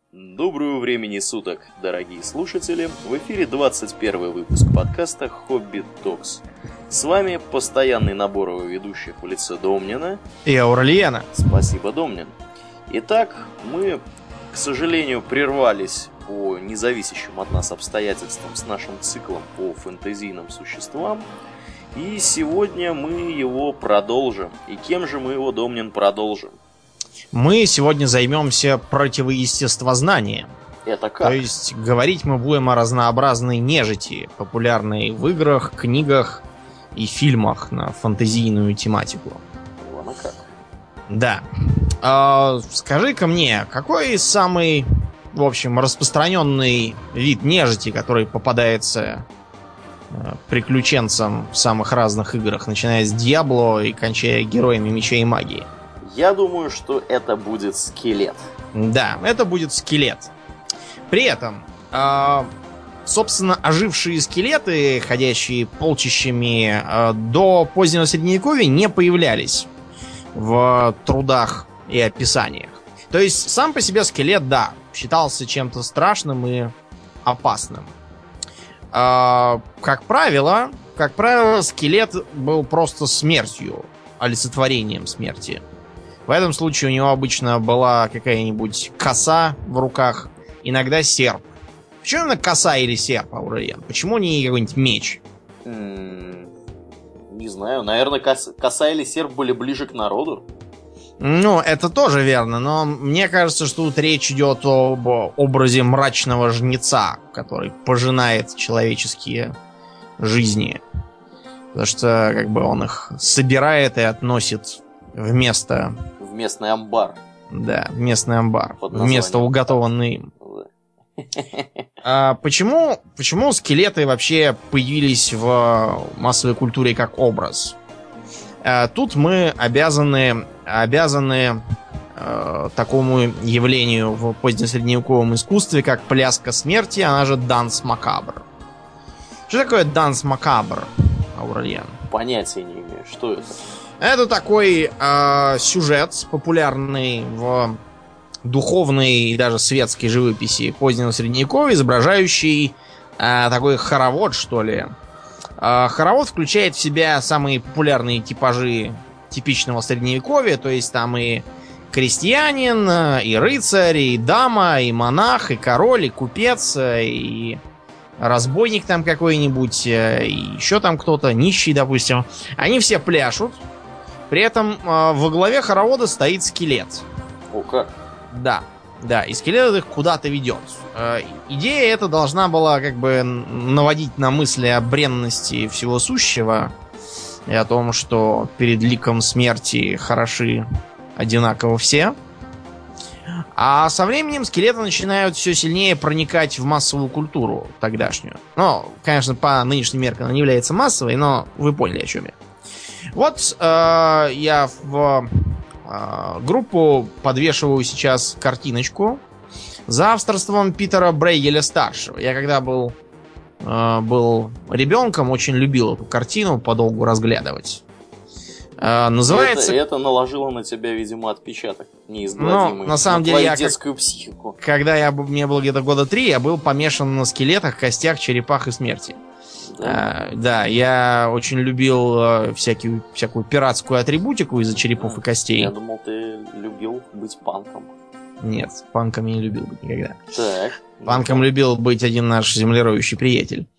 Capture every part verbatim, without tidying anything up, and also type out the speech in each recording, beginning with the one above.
Доброго времени суток, дорогие слушатели! В эфире двадцать первый выпуск подкаста «Хобби Токс». С вами постоянный набор его ведущих в лице Домнина и Аурельяна. Спасибо, Домнин. Итак, мы, к сожалению, прервались по независящим от нас обстоятельствам с нашим циклом по фэнтезийным существам. И сегодня мы его продолжим. И кем же мы его, Домнин, продолжим? Мы сегодня займемся противоестествознанием. Это как? То есть говорить мы будем о разнообразной нежити, популярной в играх, книгах и фильмах на фэнтезийную тематику. Ладно, как? Да. А, скажи-ка мне, какой самый, в общем, распространенный вид нежити, который попадается приключенцам в самых разных играх, начиная с Диабло и кончая героями меча и магии? Я думаю, что это будет скелет. Да, это будет скелет. При этом, э, собственно, ожившие скелеты, ходящие полчищами, э, до позднего Средневековья не появлялись в трудах и описаниях. То есть сам по себе скелет, да, считался чем-то страшным и опасным. Э, как правило, как правило, скелет был просто смертью, олицетворением смерти. В этом случае у него обычно была какая-нибудь коса в руках, иногда серп. Почему именно коса или серп, Аурельян? Почему не какой-нибудь меч? М-м, не знаю, наверное, кос- коса или серп были ближе к народу. Ну, это тоже верно, но мне кажется, что тут речь идет об образе мрачного жнеца, который пожинает человеческие жизни. Потому что, как бы, он их собирает и относит в место... В местный амбар. Да, в местный амбар. Вместо уготованный им. А почему, почему скелеты вообще появились в массовой культуре как образ? А тут мы обязаны, обязаны э, такому явлению в позднесредневековом искусстве, как пляска смерти, она же данс макабр. Что такое данс макабр, Аурельян? Понятия не имею, что это. Это такой э, сюжет, популярный в духовной и даже светской живописи позднего Средневековья, изображающий э, такой хоровод, что ли. Э, хоровод включает в себя самые популярные типажи типичного Средневековья, то есть там и крестьянин, и рыцарь, и дама, и монах, и король, и купец, и разбойник там какой-нибудь, и еще там кто-то, нищий, допустим. Они все пляшут. При этом э, во главе хоровода стоит скелет. О, как? Да, да, и скелет их куда-то ведет. Э, идея эта должна была как бы наводить на мысли о бренности всего сущего и о том, что перед ликом смерти хороши одинаково все. А со временем скелеты начинают все сильнее проникать в массовую культуру тогдашнюю. Ну, конечно, по нынешним меркам она не является массовой, но вы поняли, о чем я. Вот э, я в э, группу подвешиваю сейчас картиночку за авторством Питера Брейгеля-старшего. Я когда был, э, был ребенком, очень любил эту картину подолгу разглядывать. Э, называется... Это, это наложило на тебя, видимо, отпечаток неизгладимый. Ну, на самом на деле, я детскую как... психику. Когда я, мне было где-то года три, я был помешан на скелетах, костях, черепах и смерти. Да, а, да, я очень любил а, всякую, всякую пиратскую атрибутику из-за черепов а, и костей. Я думал, ты любил быть панком. Нет, панком я не любил быть никогда. Так. Панком ну, любил быть один наш землероющий приятель.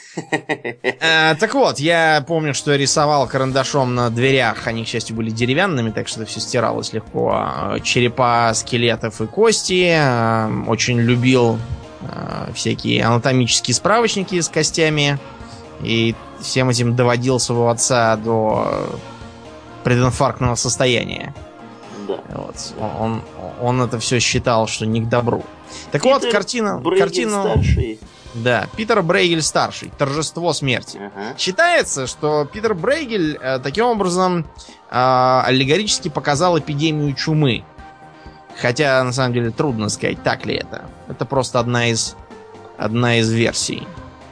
а, так вот, я помню, что я рисовал карандашом на дверях. Они, к счастью, были деревянными, так что все стиралось легко. Черепа, скелетов и кости. Очень любил всякие анатомические справочники с костями. И всем этим доводил своего отца до прединфарктного состояния. Да. Вот. Он, он это все считал, что не к добру. Так Питер вот, картина... картину... старший. Да, Питер Брейгель старший. Торжество смерти. Ага. Считается, что Питер Брейгель э, таким образом э, аллегорически показал эпидемию чумы. Хотя, на самом деле, трудно сказать, так ли это. Это просто одна из, одна из версий.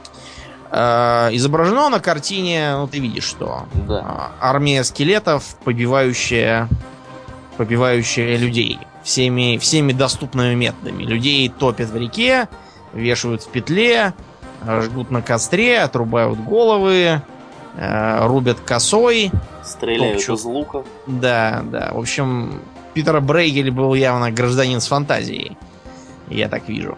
Э, изображено на картине, ну, ты видишь, что да. э, армия скелетов, побивающая, побивающая людей. всеми, всеми доступными методами. Людей топят в реке, вешают в петле, жгут на костре, отрубают головы, э, рубят косой. Стреляют топчут. из луков. Да, да. В общем, Питер Брейгель был явно гражданин с фантазией. Я так вижу.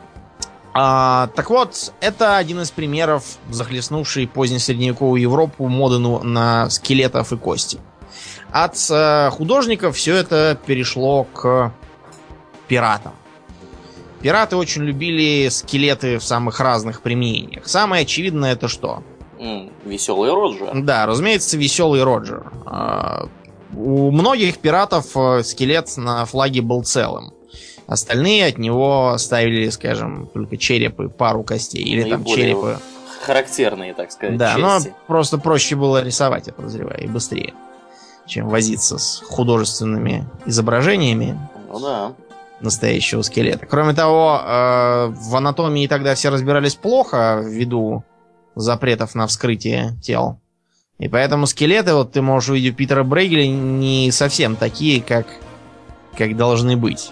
А, так вот, это один из примеров, захлестнувшей позднесредневековую Европу моды на скелетов и кости. От э, художников все это перешло к пиратам. Пираты очень любили скелеты в самых разных применениях. Самое очевидное это что? Mm, веселый Роджер. Да, разумеется, веселый Роджер. А, у многих пиратов скелет на флаге был целым. Остальные от него ставили, скажем, только черепы, пару костей. Или там черепы. Характерные, так сказать, да, части. но просто проще было рисовать, я подозреваю, и быстрее, чем возиться с художественными изображениями. Ну да. Настоящего скелета. Кроме того, э, в анатомии тогда все разбирались плохо ввиду запретов на вскрытие тел. И поэтому скелеты, вот ты можешь увидеть у Питера Брейгеля, не совсем такие, как, как должны быть.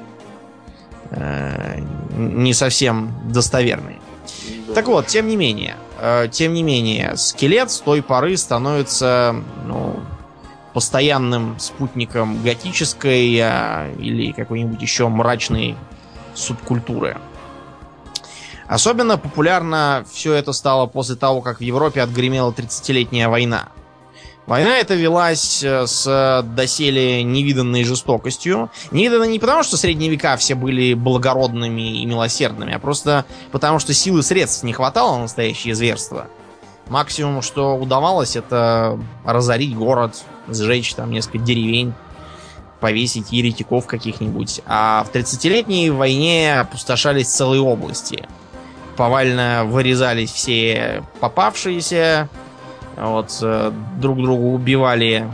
Э, не совсем достоверные. Да. Так вот, тем не менее, э, тем не менее, скелет с той поры становится, ну, постоянным спутником готической а, или какой-нибудь еще мрачной субкультуры. Особенно популярно все это стало после того, как в Европе отгремела тридцатилетняя война. Война эта велась с доселе невиданной жестокостью. Невиданной не потому, что в средние века все были благородными и милосердными, а просто потому, что сил и средств не хватало на настоящее зверство. Максимум, что удавалось, это разорить город, сжечь там несколько деревень, повесить еретиков каких-нибудь. А в тридцатилетней войне опустошались целые области. Повально вырезались все попавшиеся, вот, друг друга убивали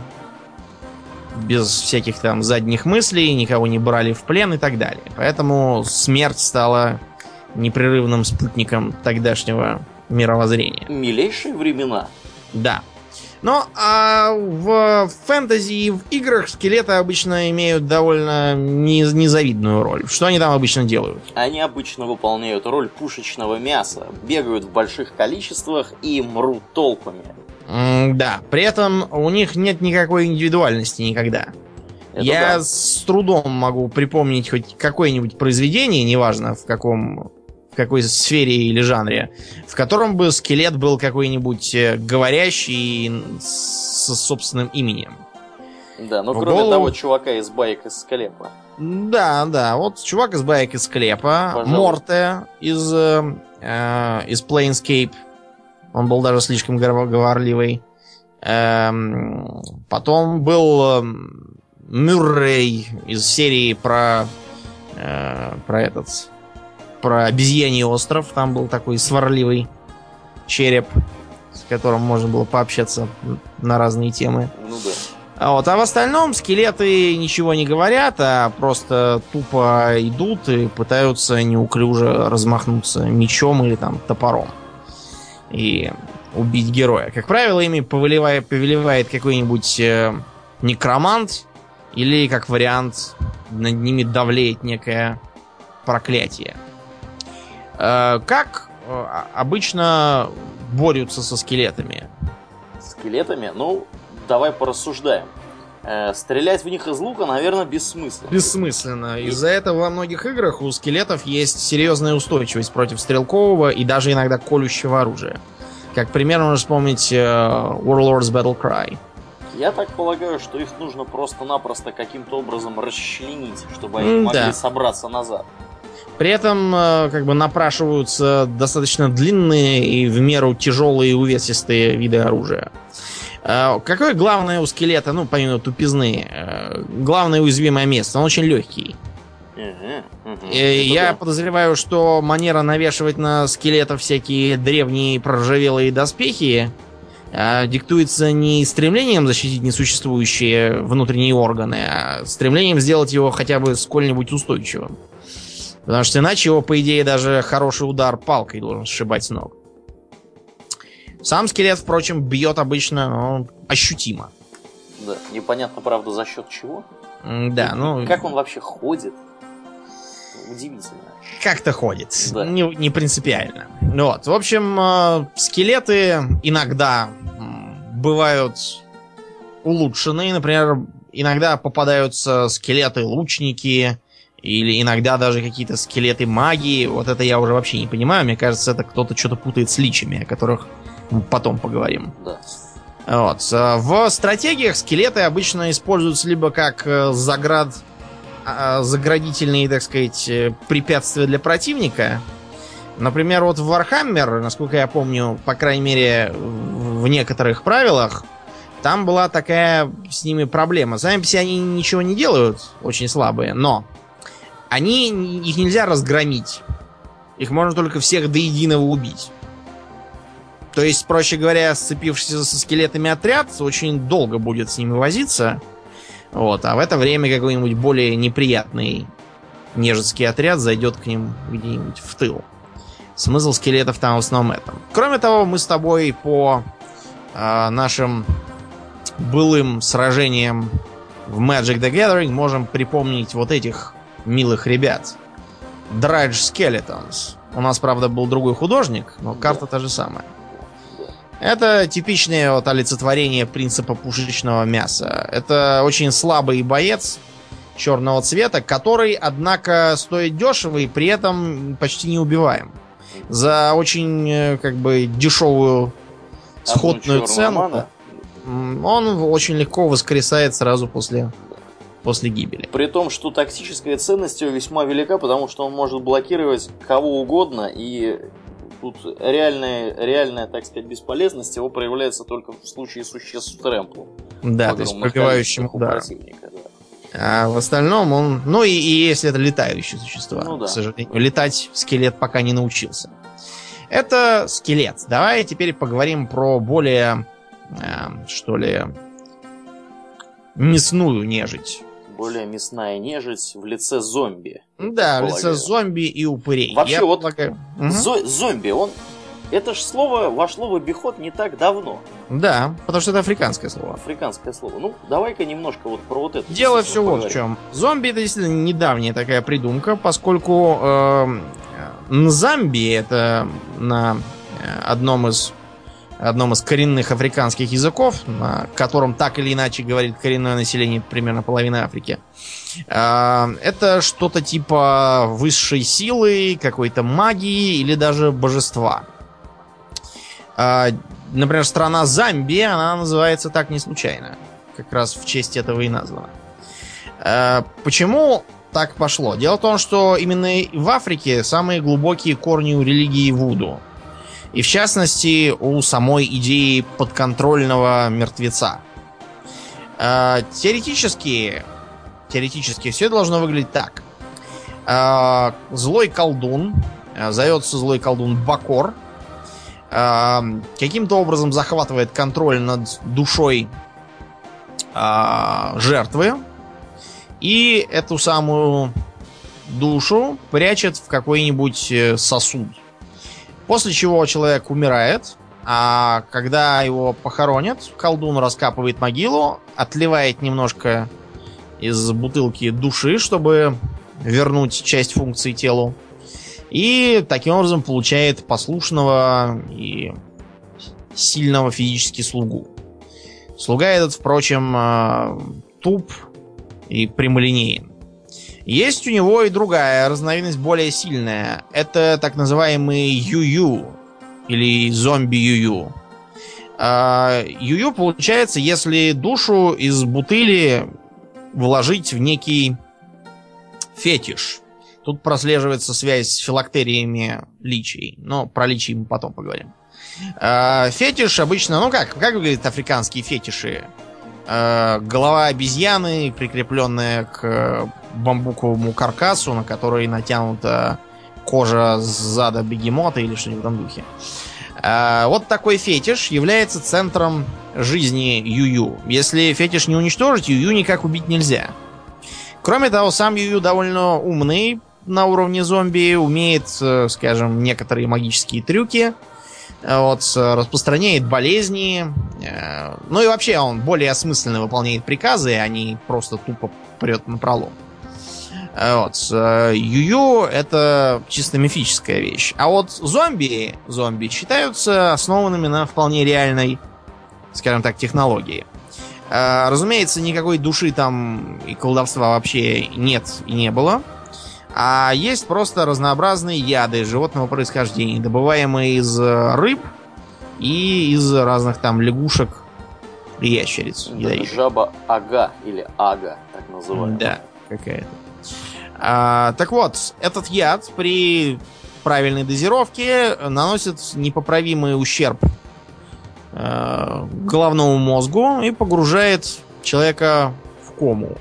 без всяких там задних мыслей, никого не брали в плен и так далее. Поэтому смерть стала непрерывным спутником тогдашнего мировоззрения. Милейшие времена. Да. Но а в фэнтези и в играх скелеты обычно имеют довольно не- незавидную роль. Что они там обычно делают? Они обычно выполняют роль пушечного мяса, бегают в больших количествах и мрут толпами. М, да, при этом у них нет никакой индивидуальности никогда. Это Я да. с трудом могу припомнить хоть какое-нибудь произведение, неважно в каком, в какой сфере или жанре, в котором бы скелет был какой-нибудь э, говорящий с собственным именем. Да, но В кроме голову- того чувака из баек из склепа. Да, да, вот чувак из баек из склепа, Пожалуйста. Морте из, э, э, из Planescape. Он был даже слишком говор- говорливый. Эм, потом был эм, Мюррей из серии про э, про этот про обезьяний остров. Там был такой сварливый череп, с которым можно было пообщаться на разные темы. Ну да. А Вот. А в остальном скелеты ничего не говорят, а просто тупо идут и пытаются неуклюже размахнуться мечом или там топором и убить героя. Как правило, ими повелевает, повелевает какой-нибудь э, некромант, или, как вариант, над ними давлеет некое проклятие. Э, как э, обычно борются со скелетами? Скелетами? Ну, давай порассуждаем. Э, стрелять в них из лука, наверное, бессмысленно. Бессмысленно. Из-за этого во многих играх у скелетов есть серьезная устойчивость против стрелкового и даже иногда колющего оружия. Как пример можно вспомнить э, Warlords Battle Cry. Я так полагаю, что их нужно просто-напросто каким-то образом расчленить, чтобы они М, могли да. собраться назад. При этом э, как бы напрашиваются достаточно длинные и в меру тяжелые и увесистые виды оружия. Э, какое главное у скелета, ну, помимо тупизны, э, главное уязвимое место? Он очень легкий. Угу, угу. И я подозреваю, что манера навешивать на скелетов всякие древние проржавелые доспехи а, диктуется не стремлением защитить несуществующие внутренние органы, а стремлением сделать его хотя бы сколь-нибудь устойчивым. Потому что иначе его, по идее, даже хороший удар палкой должен сшибать с ног. Сам скелет, впрочем, бьет обычно, ну, ощутимо. Да, непонятно, правда, за счет чего. Да, ну... Как он вообще ходит? Удивительно. Как-то ходит. Да. Не, не принципиально. Вот. В общем, скелеты иногда бывают улучшенные. Например, иногда попадаются скелеты-лучники, или иногда даже какие-то скелеты магии. Вот это я уже вообще не понимаю. Мне кажется, это кто-то что-то путает с личами, о которых мы потом поговорим. Да. Вот. В стратегиях скелеты обычно используются либо как заград, заградительные, так сказать, препятствия для противника. Например, вот в Warhammer, насколько я помню, по крайней мере, в некоторых правилах, там была такая с ними проблема. Сами по себе они ничего не делают, очень слабые, но они, их нельзя разгромить. Их можно только всех до единого убить. То есть, проще говоря, сцепившийся со скелетами отряд очень долго будет с ними возиться. Вот, а в это время какой-нибудь более неприятный нежитский отряд зайдет к ним где-нибудь в тыл. Смысл скелетов там в основном этом. Кроме того, мы с тобой по э, нашим былым сражениям в Magic the Gathering можем припомнить вот этих милых ребят. Dredge Skeletons. У нас, правда, был другой художник, но карта та же самая. Это типичное вот олицетворение принципа пушечного мяса. Это очень слабый боец черного цвета, который, однако, стоит дешево и при этом почти не убиваем. За очень, как бы, дешевую сходную цену мана. Он очень легко воскресает сразу после, после гибели. При том, что тактическая ценность его весьма велика, потому что он может блокировать кого угодно, и тут реальная, реальная, так сказать, бесполезность его проявляется только в случае существ с трэмплом. Да, то есть пробивающим ударом. Да. А в остальном он... Ну и, и если это летающие существа. Ну, да. К сожалению, летать скелет пока не научился. Это скелет. Давай теперь поговорим про более, э, что ли, мясную нежить. Более мясная нежить в лице зомби. Да, в лице зомби и упырей. Вообще, я вот полагаю... зо- зомби, он... Это же слово вошло в обиход не так давно. Да, потому что это африканское слово. Африканское слово. Ну, давай-ка немножко вот про вот это. Дело все вот в чем. Зомби — это действительно недавняя такая придумка, поскольку э, Нзамби — это на одном из, одном из коренных африканских языков, на котором так или иначе говорит коренное население примерно половины Африки. Э, это что-то типа высшей силы, какой-то магии или даже божества. Например, страна Замбия, она называется так не случайно. Как раз в честь этого и названа. Почему так пошло? Дело в том, что именно в Африке самые глубокие корни у религии вуду. И в частности, у самой идеи подконтрольного мертвеца. Теоретически, теоретически все должно выглядеть так. Злой колдун, зовется злой колдун Бакор, каким-то образом захватывает контроль над душой э, жертвы и эту самую душу прячет в какой-нибудь сосуд. После чего человек умирает, а когда его похоронят, колдун раскапывает могилу, отливает немножко из бутылки души, чтобы вернуть часть функций телу. И таким образом получает послушного и сильного физически слугу. Слуга этот, впрочем, туп и прямолинеен. Есть у него и другая разновидность, более сильная. Это так называемый юю или зомби-юю. Юю получается, если душу из бутыли вложить в некий фетиш. Тут прослеживается связь с филактериями личий. Но про личий мы потом поговорим. Э, фетиш обычно... Ну как? Как выглядят африканские фетиши? Э, голова обезьяны, прикрепленная к бамбуковому каркасу, на который натянута кожа с зада бегемота или что-нибудь в этом духе. Э, вот такой фетиш является центром жизни Юю. Если фетиш не уничтожить, Юю никак убить нельзя. Кроме того, сам Юю довольно умный на уровне зомби, умеет, скажем, некоторые магические трюки. Вот, распространяет болезни. Ну и вообще он более осмысленно выполняет приказы, а не просто тупо прет напролом. Вот. Юю — это чисто мифическая вещь. А вот зомби, зомби считаются основанными на вполне реальной, скажем так, технологии. Разумеется, никакой души там и колдовства вообще нет и не было. А есть просто разнообразные яды животного происхождения, добываемые из рыб и из разных там лягушек и ящериц. Жаба-ага или ага, так называемая. Да, какая-то. А, так вот, этот яд при правильной дозировке наносит непоправимый ущерб э, головному мозгу и погружает человека в кому.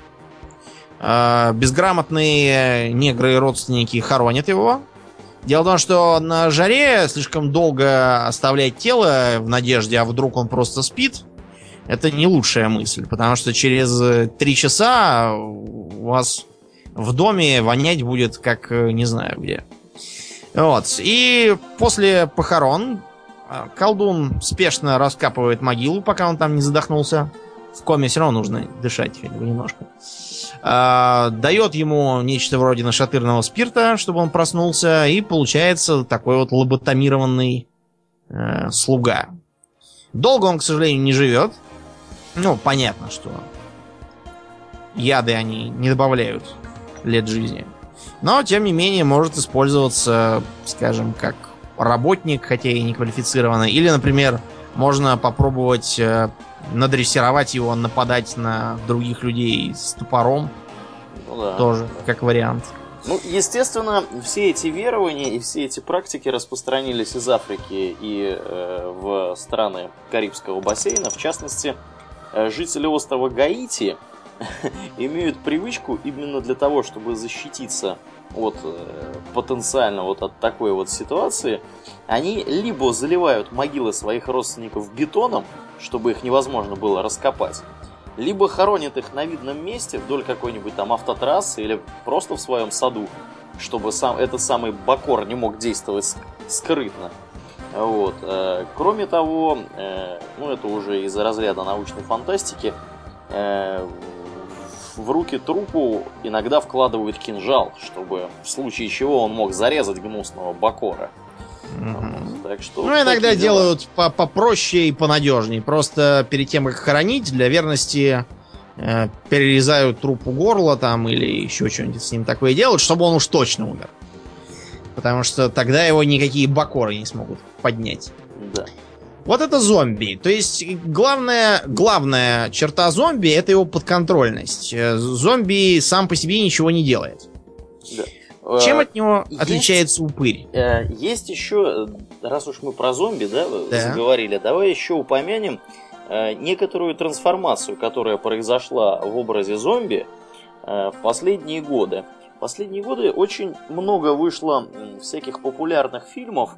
Э, безграмотные негры и родственники хоронят его. Дело в том, что на жаре слишком долго оставлять тело в надежде, а вдруг он просто спит, это не лучшая мысль, потому что через три часа у вас в доме вонять будет как не знаю где. Вот. И после похорон колдун спешно раскапывает могилу, пока он там не задохнулся. В коме все равно нужно дышать хотя бы немножко. А, дает ему нечто вроде нашатырного спирта, чтобы он проснулся, и получается такой вот лоботомированный э, слуга. Долго он, к сожалению, не живет. Ну, понятно, что яды они не добавляют лет жизни. Но, тем не менее, может использоваться, скажем, как работник, хотя и не квалифицированный. Или, например, можно попробовать э, надрессировать его, нападать на других людей с топором. Ну, да, тоже, да. Как вариант. Ну, естественно, все эти верования и все эти практики распространились из Африки и э, в страны Карибского бассейна. В частности, э, жители острова Гаити имеют привычку именно для того, чтобы защититься от э, потенциально вот от такой вот ситуации, они либо заливают могилы своих родственников бетоном, чтобы их невозможно было раскопать, либо хоронят их на видном месте вдоль какой-нибудь там автотрассы или просто в своем саду, чтобы сам этот самый бакор не мог действовать скрытно. Вот. Кроме того, ну это уже из разряда научной фантастики, в руки трупу иногда вкладывают кинжал, чтобы в случае чего он мог зарезать гнусного бакора. Mm-hmm. Так что ну, иногда делают по попроще и понадежнее. Просто перед тем, как хоронить, для верности э, перерезают трупу горло там или еще что-нибудь с ним такое делают, чтобы он уж точно умер. Потому что тогда его никакие бакоры не смогут поднять. Да. Вот это зомби. То есть главная, главная черта зомби — это его подконтрольность. Зомби сам по себе ничего не делает. Да. Чем от него есть, отличается упырь? Есть еще, раз уж мы про зомби, да, да. заговорили, давай еще упомянем некоторую трансформацию, которая произошла в образе зомби в последние годы. В последние годы очень много вышло всяких популярных фильмов,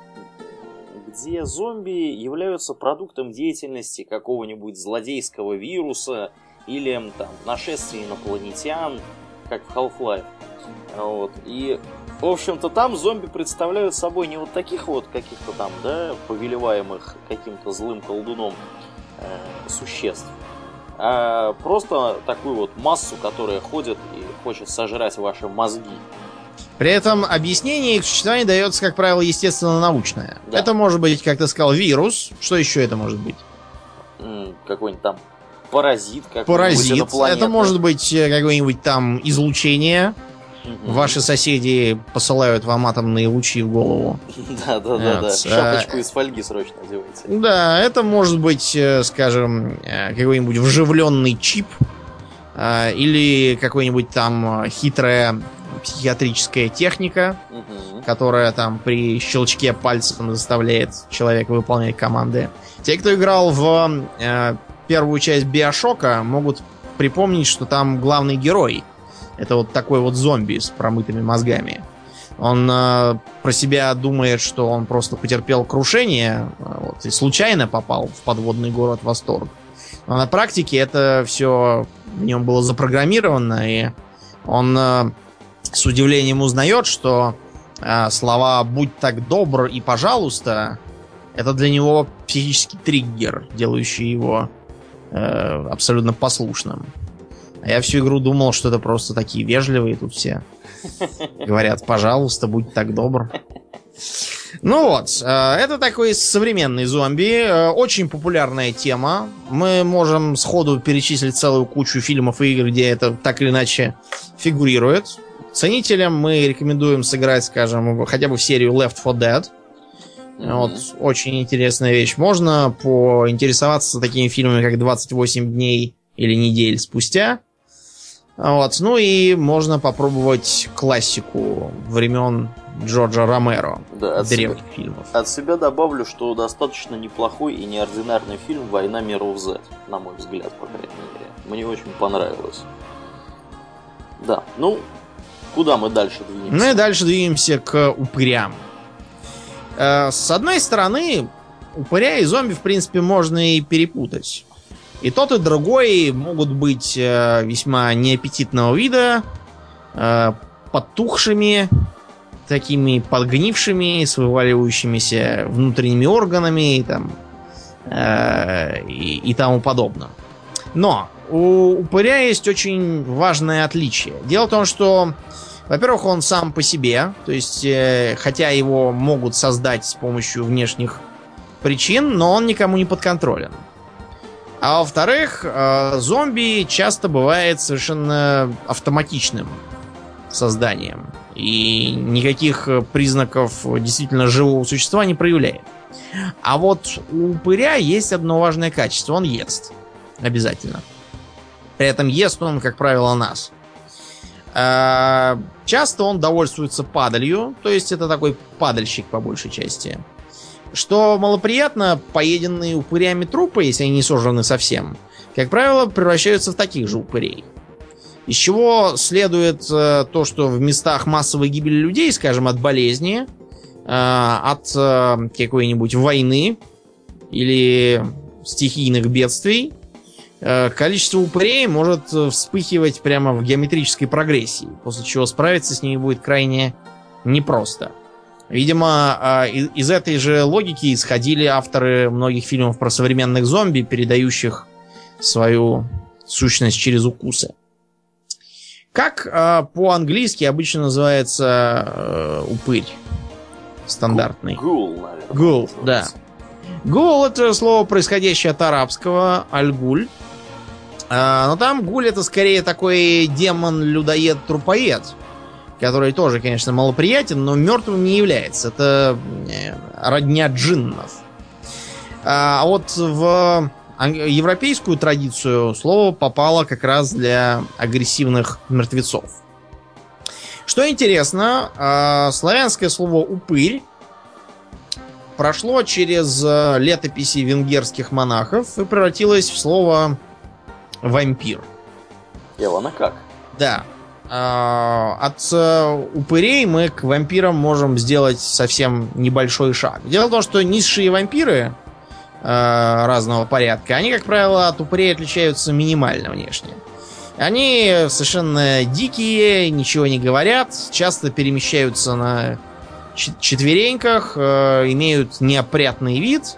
где зомби являются продуктом деятельности какого-нибудь злодейского вируса или там нашествия инопланетян, как в Half-Life. Вот. И, в общем-то, там зомби представляют собой не вот таких вот каких-то там, да, повелеваемых каким-то злым колдуном э, существ, а просто такую вот массу, которая ходит и хочет сожрать ваши мозги. При этом объяснение их существования дается, как правило, естественно-научное. Да. Это может быть, как ты сказал, вирус. Что еще это может быть? Какой-нибудь там паразит. Паразит. Это может быть какое-нибудь там излучение. Угу. Ваши соседи посылают вам атомные лучи в голову. Да-да-да. Шапочку из фольги срочно одевайте. Да, это может быть, скажем, какой-нибудь вживленный чип. Или какой-нибудь там хитрая психиатрическая техника, угу. которая там при щелчке пальцем заставляет человека выполнять команды. Те, кто играл в э, первую часть Биошока, могут припомнить, что там главный герой — это вот такой вот зомби с промытыми мозгами. Он э, про себя думает, что он просто потерпел крушение, вот, и случайно попал в подводный город Восторг. Но на практике это все в нем было запрограммировано, и он э, с удивлением узнает, что э, слова «будь так добр» и «пожалуйста» Это для него психический триггер, делающий его э, абсолютно послушным. А я всю игру думал, что это просто такие вежливые тут все. Говорят, пожалуйста, будь так добр. Ну вот, это такой современный зомби. Очень популярная тема. Мы можем сходу перечислить целую кучу фильмов и игр, где это так или иначе фигурирует. Ценителям мы рекомендуем сыграть, скажем, хотя бы в серию Left four Dead. Mm-hmm. Вот, очень интересная вещь. Можно поинтересоваться такими фильмами, как двадцать восемь дней или недель спустя. Вот. Ну и можно попробовать классику времен Джорджа Ромеро, да, древних себя, фильмов. От себя добавлю, что достаточно неплохой и неординарный фильм «Война миров Z», на мой взгляд, по крайней мере. Мне очень понравилось. Да, ну, куда мы дальше двинемся? Мы дальше двинемся к упырям. С одной стороны, упыря и зомби, в принципе, можно и перепутать. И тот, и другой могут быть э, весьма неаппетитного вида, э, подтухшими, такими подгнившими, с вываливающимися внутренними органами и, там, э, и, и тому подобное. Но у упыря есть очень важное отличие. Дело в том, что, во-первых, он сам по себе, то есть, э, хотя его могут создать с помощью внешних причин, но он никому не подконтролен. А во-вторых, зомби часто бывает совершенно автоматичным созданием. И никаких признаков действительно живого существа не проявляет. А вот у упыря есть одно важное качество. Он ест. Обязательно. При этом ест он, как правило, нас. Часто он довольствуется падалью. То есть это такой падальщик по большей части. Что малоприятно, поеденные упырями трупы, если они не сожраны совсем, как правило, превращаются в таких же упырей. Из чего следует э, то, что в местах массовой гибели людей, скажем, от болезни, э, от э, какой-нибудь войны или стихийных бедствий, э, количество упырей может вспыхивать прямо в геометрической прогрессии, после чего справиться с ними будет крайне непросто. Видимо, из этой же логики исходили авторы многих фильмов про современных зомби, передающих свою сущность через укусы. Как по-английски обычно называется упырь? Стандартный. Гул, наверное. Гул, да. Гул — это слово, происходящее от арабского, аль-гуль. Но там гуль — это скорее такой демон-людоед-трупоед, который тоже, конечно, малоприятен, но мертвым не является. Это родня джиннов. А вот в европейскую традицию слово попало как раз для агрессивных мертвецов. Что интересно, славянское слово «упырь» прошло через летописи венгерских монахов и превратилось в слово «вампир». Елана как? Да. От упырей мы к вампирам можем сделать совсем небольшой шаг. Дело в том, что низшие вампиры разного порядка, они, как правило, от упырей отличаются минимально внешне. Они совершенно дикие, ничего не говорят, часто перемещаются на четвереньках, имеют неопрятный вид,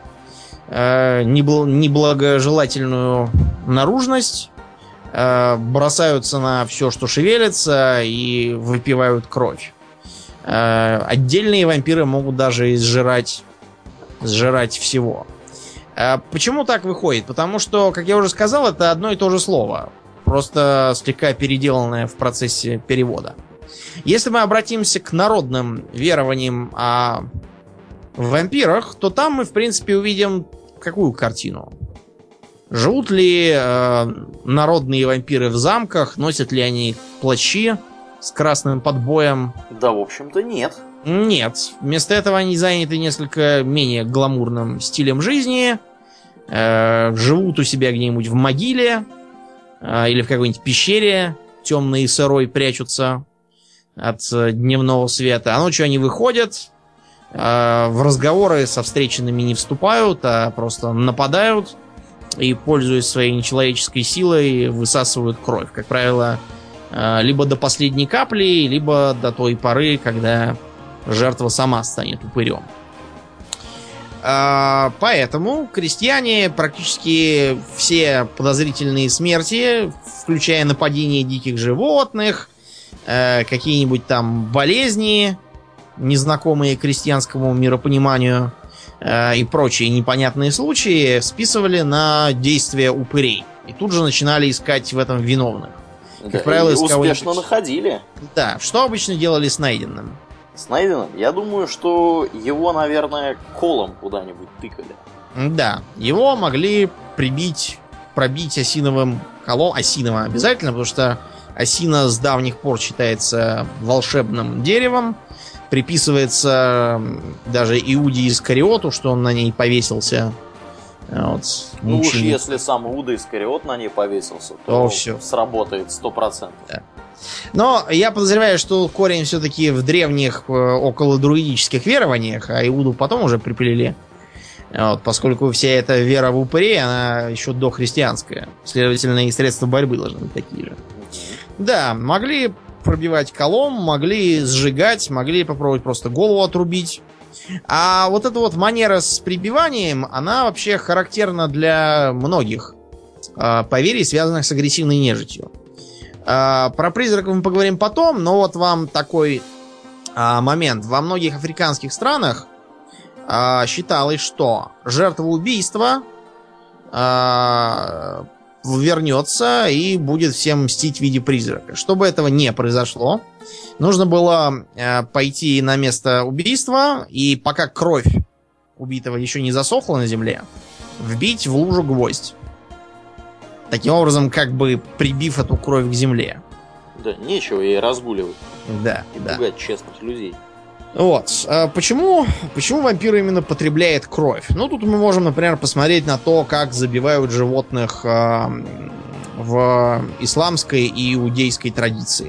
неблагожелательную наружность, бросаются на все, что шевелится, и выпивают кровь. Отдельные вампиры могут даже изжирать, сжирать всего. Почему так выходит? Потому что, как я уже сказал, это одно и то же слово, просто слегка переделанное в процессе перевода. Если мы обратимся к народным верованиям о вампирах, то там мы, в принципе, увидим какую картину? Живут ли э, народные вампиры в замках? Носят ли они плащи с красным подбоем? Да, в общем-то, нет. Нет. Вместо этого они заняты несколько менее гламурным стилем жизни. Э, живут у себя где-нибудь в могиле э, или в какой-нибудь пещере темной и сырой, прячутся от э, дневного света. А ночью они выходят, э, в разговоры со встреченными не вступают, а просто нападают и, пользуясь своей нечеловеческой силой, высасывают кровь. Как правило, либо до последней капли, либо до той поры, когда жертва сама станет упырем. э, поэтому крестьяне практически все подозрительные смерти, включая нападение диких животных, э, какие-нибудь там болезни, незнакомые крестьянскому миропониманию, э, и прочие непонятные случаи, списывали на действия упырей. И тут же начинали искать в этом виновных. Да, как правило, и успешно находили. Да, что обычно делали с найденным? С найденным? Я думаю, что его, наверное, колом куда-нибудь тыкали. Да, его могли прибить, пробить осиновым колом. Осиновым обязательно, потому что осина с давних пор считается волшебным деревом. Приписывается даже Иуде Искариоту, что он на ней повесился. Вот, ну уж если сам Иуда Искариот на ней повесился, то, то все сработает сто процентов. Да. Но я подозреваю, что корень все-таки в древних околодруидических верованиях, а Иуду потом уже припилили. Вот, поскольку вся эта вера в упырей, она еще дохристианская. Следовательно, и средства борьбы должны быть такие же. Mm-hmm. Да, могли пробивать колом, могли сжигать, могли попробовать просто голову отрубить. А вот эта вот манера с прибиванием, она вообще характерна для многих э, поверий, связанных с агрессивной нежитью. Э, про призраков мы поговорим потом, но вот вам такой э, момент. Во многих африканских странах э, считалось, что жертва убийства э, вернется и будет всем мстить в виде призрака. Чтобы этого не произошло, нужно было э, пойти на место убийства и, пока кровь убитого еще не засохла на земле, вбить в лужу гвоздь. Таким образом, как бы прибив эту кровь к земле. Да, нечего ей разгуливать. Да, и да. пугать честных людей. Вот. А почему, почему вампир именно потребляет кровь? Ну, тут мы можем, например, посмотреть на то, как забивают животных э, в исламской и иудейской традиции.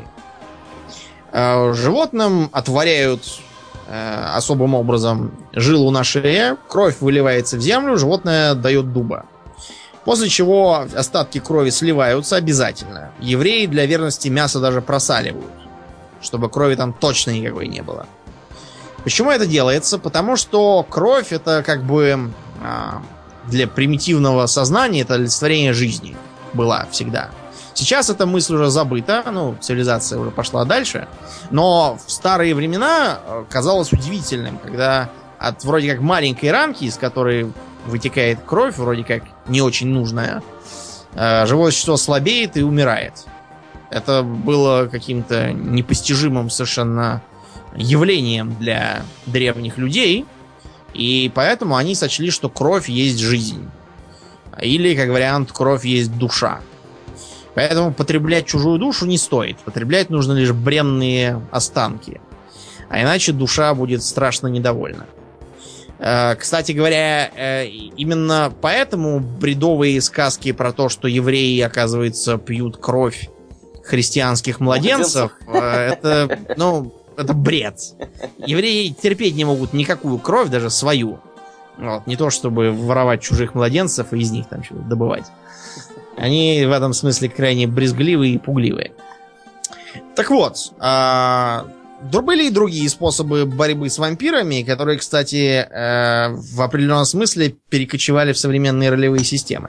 Э, животным отворяют э, особым образом жилу на шее, кровь выливается в землю, животное дает дуба. После чего остатки крови сливаются обязательно. Евреи для верности мясо даже просаливают, чтобы крови там точно никакой не было. Почему это делается? Потому что кровь это как бы а, для примитивного сознания это олицетворение жизни была всегда. Сейчас эта мысль уже забыта, ну, цивилизация уже пошла дальше, но в старые времена казалось удивительным, когда от вроде как маленькой рамки, из которой вытекает кровь, вроде как не очень нужная, живое существо слабеет и умирает. Это было каким-то непостижимым совершенно явлением для древних людей, и поэтому они сочли, что кровь есть жизнь. Или, как вариант, кровь есть душа. Поэтому потреблять чужую душу не стоит. Потреблять нужно лишь бренные останки. А иначе душа будет страшно недовольна. Кстати говоря, именно поэтому бредовые сказки про то, что евреи, оказывается, пьют кровь христианских младенцев, это, ну, это бред. Евреи терпеть не могут никакую кровь, даже свою. Вот, не то, чтобы воровать чужих младенцев и из них там что-то добывать. Они в этом смысле крайне брезгливые и пугливые. Так вот, а, были и другие способы борьбы с вампирами, которые, кстати, в определенном смысле перекочевали в современные ролевые системы.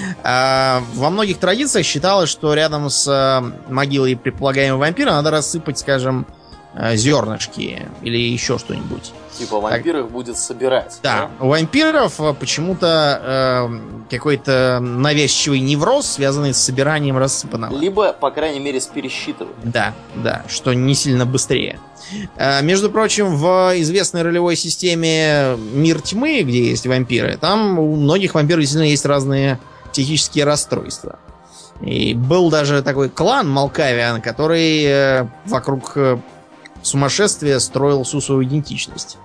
Во многих традициях считалось, что рядом с могилой предполагаемого вампира надо рассыпать, скажем, зернышки или еще что-нибудь. Типа вампир их будет собирать. Да, да? У вампиров почему-то э, какой-то навязчивый невроз, связанный с собиранием рассыпанного. Либо, по крайней мере, с пересчитыванием. Да, да, что не сильно быстрее. Э, между прочим, в известной ролевой системе Мир Тьмы, где есть вампиры, там у многих вампиров действительно есть разные психические расстройства. И был даже такой клан Малкавиан, который э, вокруг сумасшествия строил всю свою идентичность.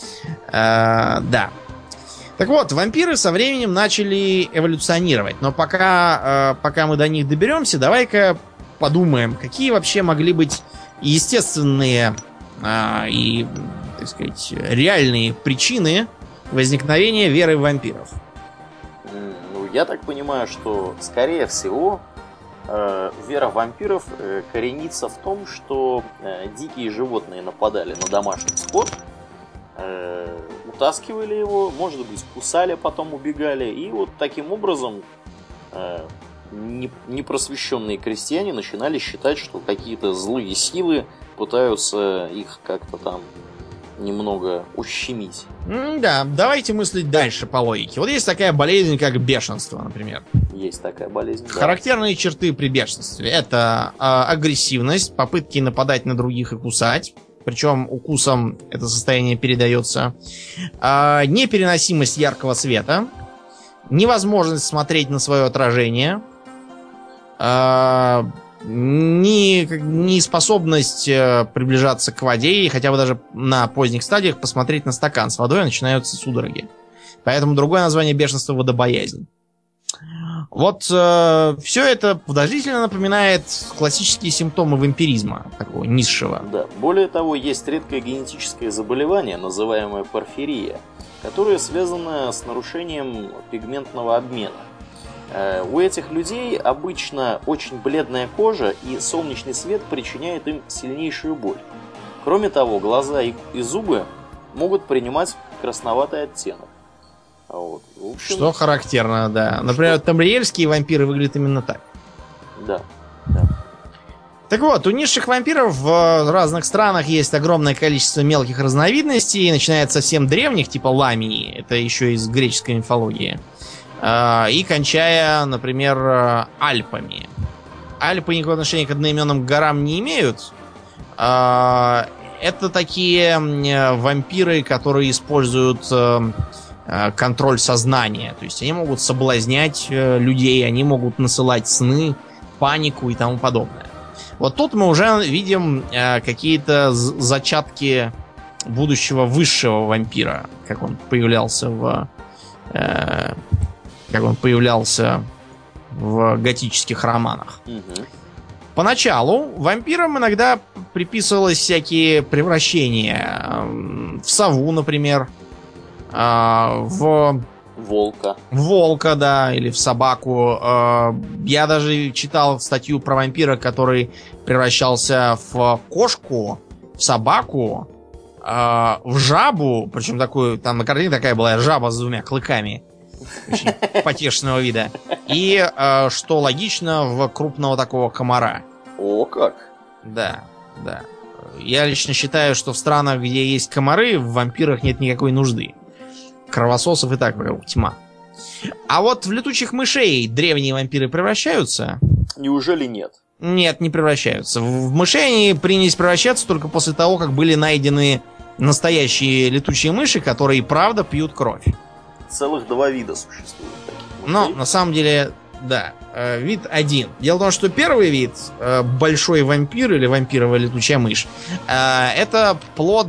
Uh, да. Так вот, вампиры со временем начали эволюционировать. Но пока, uh, пока мы до них доберемся, давай-ка подумаем, какие вообще могли быть естественные uh, и, так сказать, реальные причины возникновения веры в вампиров. Ну, я так понимаю, что, скорее всего, э, вера в вампиров э, коренится в том, что э, дикие животные нападали на домашний скот, вытаскивали его, может быть, кусали, потом убегали. И вот таким образом э, непросвещенные крестьяне начинали считать, что какие-то злые силы пытаются их как-то там немного ущемить. Да, давайте мыслить дальше по логике. Вот есть такая болезнь, как бешенство, например. Есть такая болезнь, да. Характерные черты при бешенстве — это э, агрессивность, попытки нападать на других и кусать. Причем укусом это состояние передается. Э, непереносимость яркого света. Невозможность смотреть на свое отражение. Э, не, неспособность э, приближаться к воде. И хотя бы даже на поздних стадиях посмотреть на стакан с водой начинаются судороги. Поэтому другое название бешенства — водобоязнь. Вот э, все это подозрительно напоминает классические симптомы вампиризма, такого низшего. Да. Более того, есть редкое генетическое заболевание, называемое порфирия, которое связано с нарушением пигментного обмена. Э, у этих людей обычно очень бледная кожа, и солнечный свет причиняет им сильнейшую боль. Кроме того, глаза и, и зубы могут принимать красноватый оттенок. Вот. В общем... Что характерно, да. Например, тамриэльские вампиры выглядят именно так. Да, да. Так вот, у низших вампиров в разных странах есть огромное количество мелких разновидностей, начиная от совсем древних, типа ламии, это еще из греческой мифологии, и кончая, например, Альпами. Альпы никакого отношения к одноименным горам не имеют. Это такие вампиры, которые используют контроль сознания. То есть они могут соблазнять людей, они могут насылать сны, панику и тому подобное. Вот тут мы уже видим какие-то зачатки будущего высшего вампира, как он появлялся в как он появлялся в готических романах. Угу. Поначалу вампирам иногда приписывалось всякие превращения в сову, например, в волка. В волка, да, или в собаку. Я даже читал статью про вампира, который превращался в кошку, в собаку, в жабу, причем такую, там на картине такая была жаба с двумя клыками, очень потешного вида. И, что логично, в крупного такого комара. О, как? Да, да. Я лично считаю, что в странах, где есть комары, в вампирах нет никакой нужды. Кровососов и так вокруг тьма. А вот в летучих мышей древние вампиры превращаются? Неужели нет? Нет, не превращаются. В мышей они принялись превращаться только после того, как были найдены настоящие летучие мыши, которые правда пьют кровь. Целых два вида существует таких мышей. Но на самом деле, да, вид один. Дело в том, что первый вид, большой вампир или вампировая летучая мышь, это плод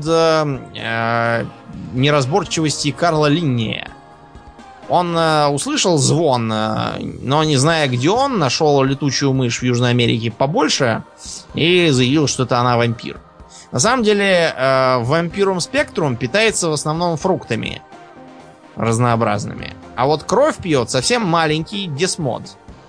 неразборчивости Карла Линнея. Он э, услышал звон, э, но не зная, где он, нашел летучую мышь в Южной Америке побольше и заявил, что это она вампир. На самом деле, э, вампирум спектрум питается в основном фруктами разнообразными. А вот кровь пьет совсем маленький десмод.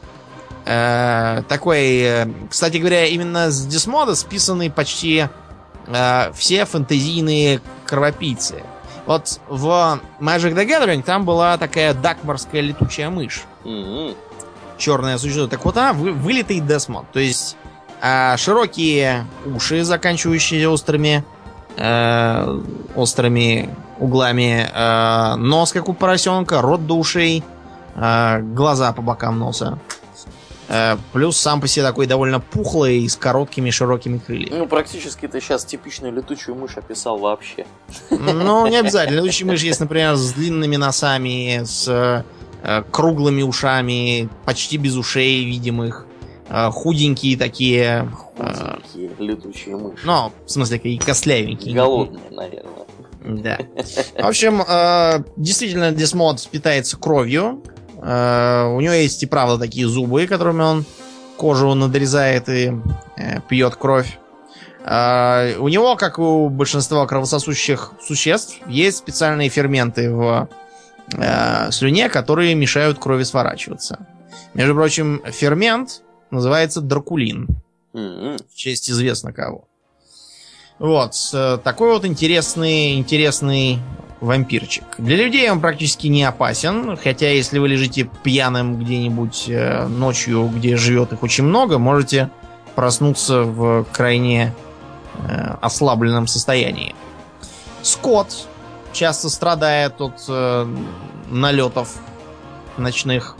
Э, такой, э, кстати говоря, именно с десмода списаны почти э, все фэнтезийные кровопийцы. Вот в Magic the Gathering там была такая дакмарская летучая мышь. Mm-hmm. Черное существо. Так вот она вы, вылитый десмод. То есть э, широкие уши, заканчивающиеся острыми, э, острыми углами, э, нос, как у поросенка, рот до ушей, э, глаза по бокам носа. Плюс сам по себе такой довольно пухлый и с короткими широкими крыльями. Ну, практически ты сейчас типичную летучую мышь описал вообще. Ну, не обязательно. Летучая мышь есть, например, с длинными носами, с э, круглыми ушами, почти без ушей видимых, э, худенькие такие. Худенькие э, летучие мыши. Ну, в смысле, такие костлявенькие. Голодные, наверное. Да. В общем, э, действительно, десмод питается кровью. Uh, у него есть и правда такие зубы, которыми он кожу надрезает и э, пьет кровь. Uh, у него, как у большинства кровососущих существ, есть специальные ферменты в э, слюне, которые мешают крови сворачиваться. Между прочим, фермент называется дракулин. Mm-hmm. В честь известно кого. Вот. Такой вот интересный, интересный вампирчик. Для людей он практически не опасен, хотя если вы лежите пьяным где-нибудь э, ночью, где живет их очень много, можете проснуться в крайне э, ослабленном состоянии. Скот часто страдает от э, налетов ночных.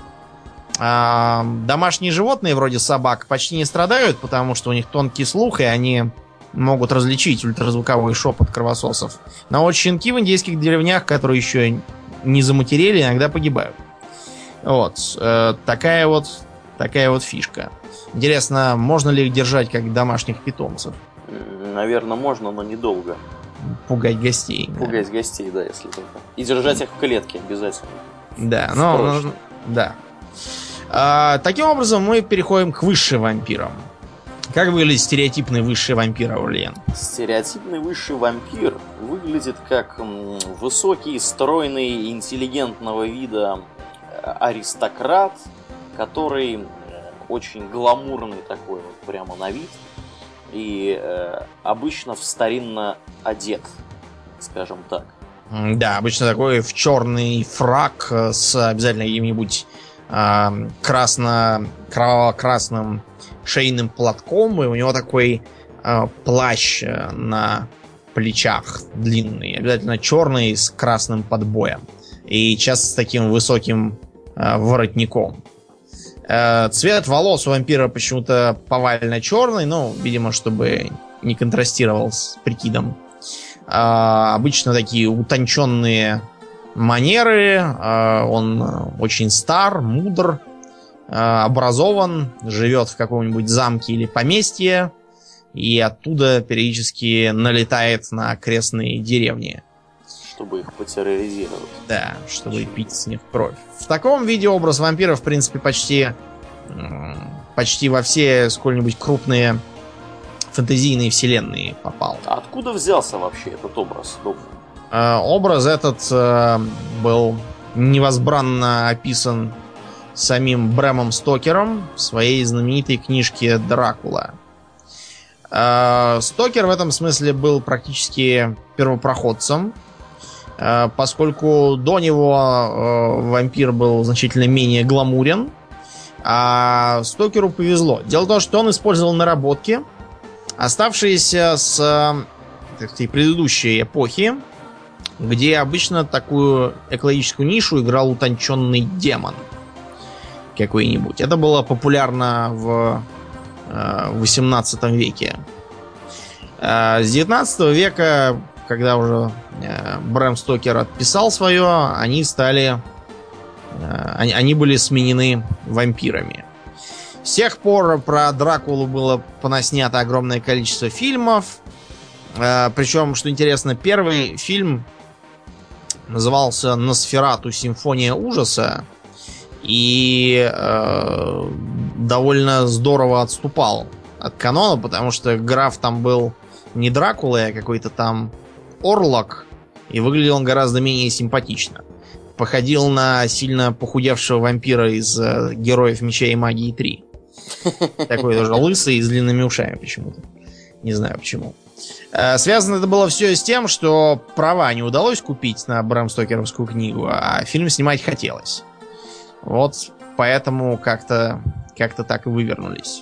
А домашние животные, вроде собак, почти не страдают, потому что у них тонкий слух, и они могут различить ультразвуковой шепот кровососов. Но вот щенки в индейских деревнях, которые еще не заматерели, иногда погибают. Вот. Э, такая вот такая вот фишка. Интересно, можно ли их держать как домашних питомцев? Наверное, можно, но недолго. Пугать гостей. Пугать да. гостей, да, если только. И держать их в клетке обязательно. Да, ну, ну да. А, таким образом, мы переходим к высшим вампирам. Как выглядит стереотипный высший вампир, Аурлиен? Стереотипный высший вампир выглядит как высокий, стройный, интеллигентного вида аристократ, который очень гламурный такой вот прямо на вид и э, обычно в старинно одет, скажем так. Да, обычно такой в черный фрак с обязательно каким-нибудь э, красно кроваво-красным шейным платком, и у него такой э, плащ на плечах длинный, обязательно черный с красным подбоем и часто с таким высоким э, воротником. Э, цвет волос у вампира почему-то повально черный, ну, видимо, чтобы не контрастировал с прикидом. Э, обычно такие утонченные манеры, э, он очень стар, мудр, образован, живет в каком-нибудь замке или поместье и оттуда периодически налетает на окрестные деревни. Чтобы их потерроризировать. Да, чтобы пить с них кровь. В таком виде образ вампира, в принципе, почти почти во все сколь-нибудь крупные фэнтезийные вселенные попал. А откуда взялся вообще этот образ? Э, образ этот э, был невозбранно описан самим Брэмом Стокером в своей знаменитой книжке «Дракула». Э, Стокер в этом смысле был практически первопроходцем, э, поскольку до него э, вампир был значительно менее гламурен, а Стокеру повезло. Дело в том, что он использовал наработки, оставшиеся с, так сказать, предыдущей эпохи, где обычно такую экологическую нишу играл утонченный демон какой-нибудь. Это было популярно в э, восемнадцатом веке. Э, с девятнадцатого века, когда уже э, Брэм Стокер отписал свое, они стали... Э, они, они были сменены вампирами. С тех пор про Дракулу было понаснято огромное количество фильмов. Э, причем, что интересно, первый фильм назывался «Носферату. Симфония ужаса». И э, довольно здорово отступал от канона, потому что граф там был не Дракула, а какой-то там Орлок, и выглядел он гораздо менее симпатично. Походил на сильно похудевшего вампира из э, Героев Меча и Магии три. Такой тоже лысый и с длинными ушами почему-то. Не знаю почему. Э, связано это было все с тем, что права не удалось купить на Брэм Стокеровскую книгу, а фильм снимать хотелось. Вот поэтому как-то как-то так и вывернулись.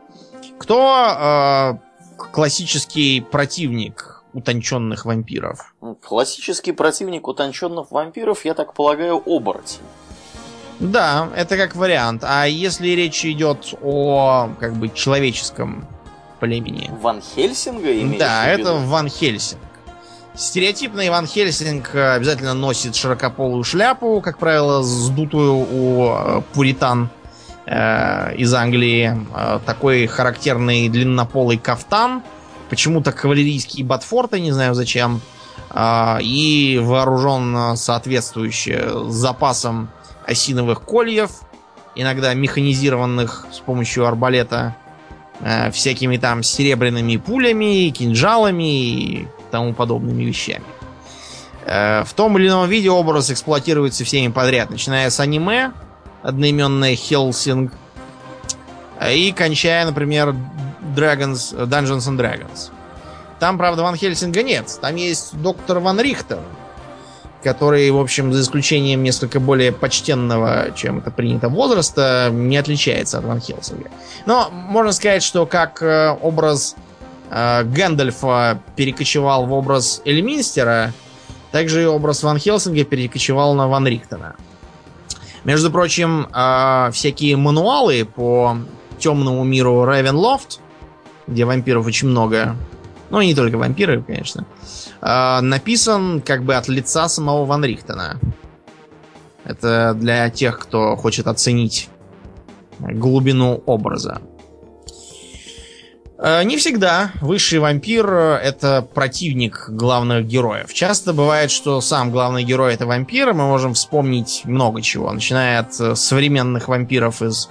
Кто э, классический противник утонченных вампиров? Классический противник утонченных вампиров, я так полагаю, оборотень. Да, это как вариант. А если речь идет о как бы человеческом племени? Ван Хельсинга имеешь в виду? Да, это Ван Хельсинг. Стереотипный Ван Хельсинг обязательно носит широкополую шляпу, как правило, сдутую у пуритан э, из Англии. Э, такой характерный длиннополый кафтан. Почему-то кавалерийские ботфорты, не знаю зачем. Э, и вооружен соответствующе запасом осиновых кольев, иногда механизированных с помощью арбалета, э, всякими там серебряными пулями, кинжалами и тому подобными вещами. Э, в том или ином виде образ эксплуатируется всеми подряд, начиная с аниме, одноименное Хелсинг, и кончая, например, Dragons, Dungeons and Dragons. Там, правда, Ван Хельсинга нет. Там есть доктор Ван Рихтер. который, в общем, за исключением несколько более почтенного, чем это принято, возраста, не отличается от Ван Хельсинга. Но можно сказать, что как э, образ э, Гэндальфа перекочевал в образ Эльминстера, также и образ Ван Хельсинга перекочевал на Ван Рихтена. Между прочим, э, всякие мануалы по темному миру Рейвенлофт, где вампиров очень много, ну и не только вампиры, конечно, э, написан как бы от лица самого Ван Рихтена. Это для тех, кто хочет оценить глубину образа. Э, не всегда высший вампир — это противник главных героев. Часто бывает, что сам главный герой — это вампир. Мы можем вспомнить много чего, начиная от современных вампиров из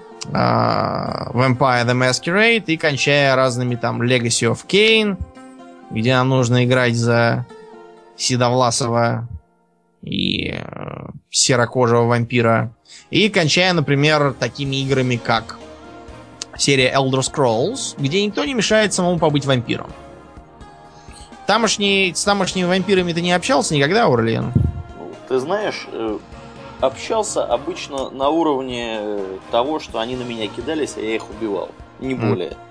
Uh, Vampire the Masquerade и кончая разными там Legacy of Kain, где нам нужно играть за седовласого и uh, серокожего вампира, и кончая, например, такими играми, как серия Elder Scrolls, где никто не мешает самому побыть вампиром. Тамошний, с тамошними вампирами ты не общался никогда, Аурлиен? Ты знаешь, общался обычно на уровне того, что они на меня кидались, а я их убивал. Не более. Mm.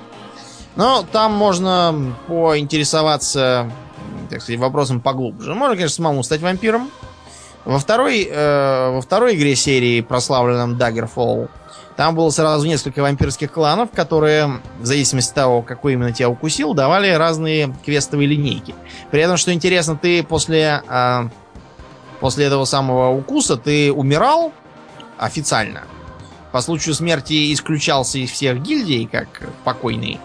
Ну, там можно поинтересоваться, так сказать, вопросом поглубже. Можно, конечно, самому стать вампиром. Во второй, э, во второй игре серии, прославленном Daggerfall, там было сразу несколько вампирских кланов, которые, в зависимости от того, какой именно тебя укусил, давали разные квестовые линейки. При этом, что интересно, ты после... Э, После этого самого укуса ты умирал официально. По случаю смерти исключался из всех гильдий, как покойный.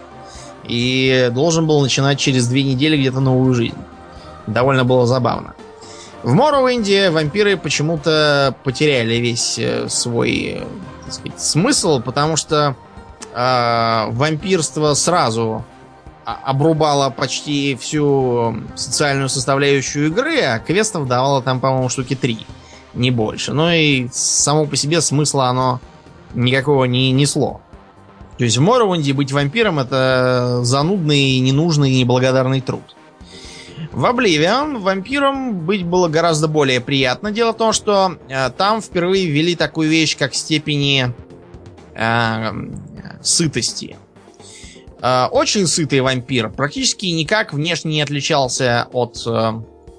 И должен был начинать через две недели где-то новую жизнь. Довольно было забавно. В Morrowind'е вампиры почему-то потеряли весь свой, так сказать, смысл, потому что э, вампирство сразу обрубала почти всю социальную составляющую игры, а квестов давала там, по-моему, штуки три, не больше. Ну и само по себе смысла оно никакого не несло. То есть в Morrowind'е быть вампиром — это занудный, ненужный и неблагодарный труд. В Oblivion вампиром быть было гораздо более приятно. Дело в том, что э, там впервые ввели такую вещь, как степени э, сытости. Очень сытый вампир практически никак внешне не отличался от э,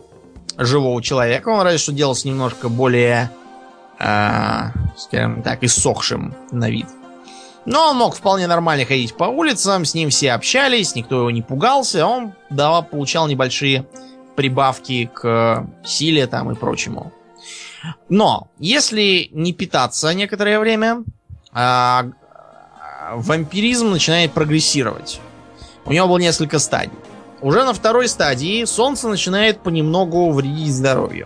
живого человека. Он разве что делался немножко более, э, скажем так, иссохшим на вид. Но он мог вполне нормально ходить по улицам, с ним все общались, никто его не пугался. Он давал, получал небольшие прибавки к силе там и прочему. Но если не питаться некоторое время... Э, вампиризм начинает прогрессировать. У него было несколько стадий. Уже на второй стадии солнце начинает понемногу вредить здоровью.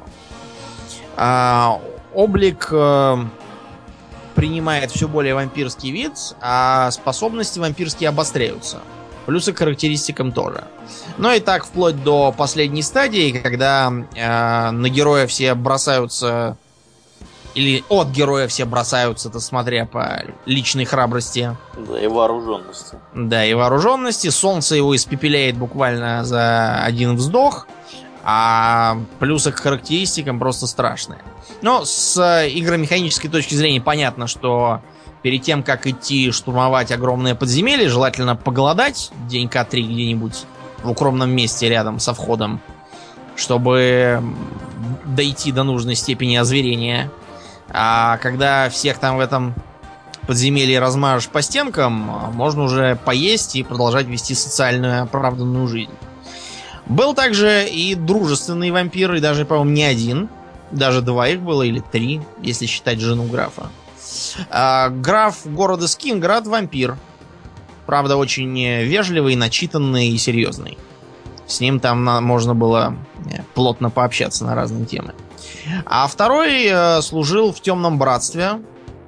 А, облик а, принимает все более вампирский вид, а способности вампирские обостряются. Плюсы к характеристикам тоже. Но и так вплоть до последней стадии, когда а, на героя все бросаются... Или от героя все бросаются, это смотря по личной храбрости. Да, и вооруженности. Да, и вооруженности. Солнце его испепеляет буквально за один вздох. А плюсы к характеристикам просто страшные. Но с игромеханической точки зрения понятно, что перед тем, как идти штурмовать огромное подземелье, желательно поголодать денька три где-нибудь в укромном месте рядом со входом, чтобы дойти до нужной степени озверения. А когда всех там в этом подземелье размажешь по стенкам, можно уже поесть и продолжать вести социальную оправданную жизнь. Был также и дружественный вампир, и даже, по-моему, не один. Даже два их было, или три, если считать жену графа. А, граф города Скинград — вампир. Правда, очень вежливый, начитанный и серьезный. С ним там можно было плотно пообщаться на разные темы. А второй э, служил в Темном Братстве.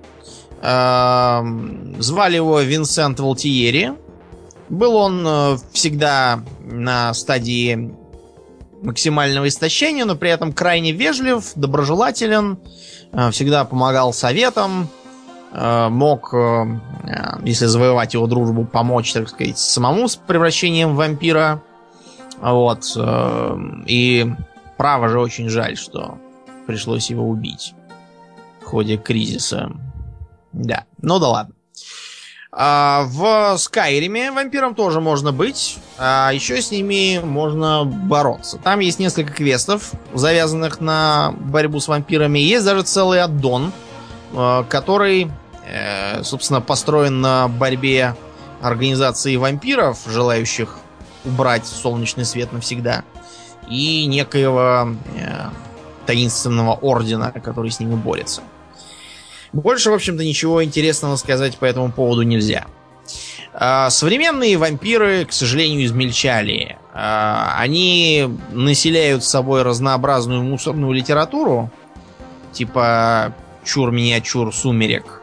Э, звали его Винсент Валтиери. Был он э, всегда на стадии максимального истощения, но при этом крайне вежлив, доброжелателен, э, всегда помогал советам, э, мог, э, если завоевать его дружбу, помочь, так сказать, самому с превращением в вампира. Вот. Э, и право же очень жаль, что пришлось его убить в ходе кризиса. Да, ну да ладно. А в Скайриме вампиром тоже можно быть, а еще с ними можно бороться. Там есть несколько квестов, завязанных на борьбу с вампирами. Есть даже целый аддон, который, собственно, построен на борьбе организации вампиров, желающих убрать солнечный свет навсегда, и некоего таинственного ордена, который с ними борется. Больше, в общем-то, ничего интересного сказать по этому поводу нельзя. Современные вампиры, к сожалению, измельчали. Они населяют собой разнообразную мусорную литературу, типа чур-миниатюр сумерек.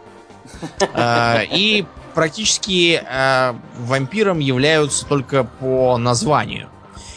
И практически вампиром являются только по названию.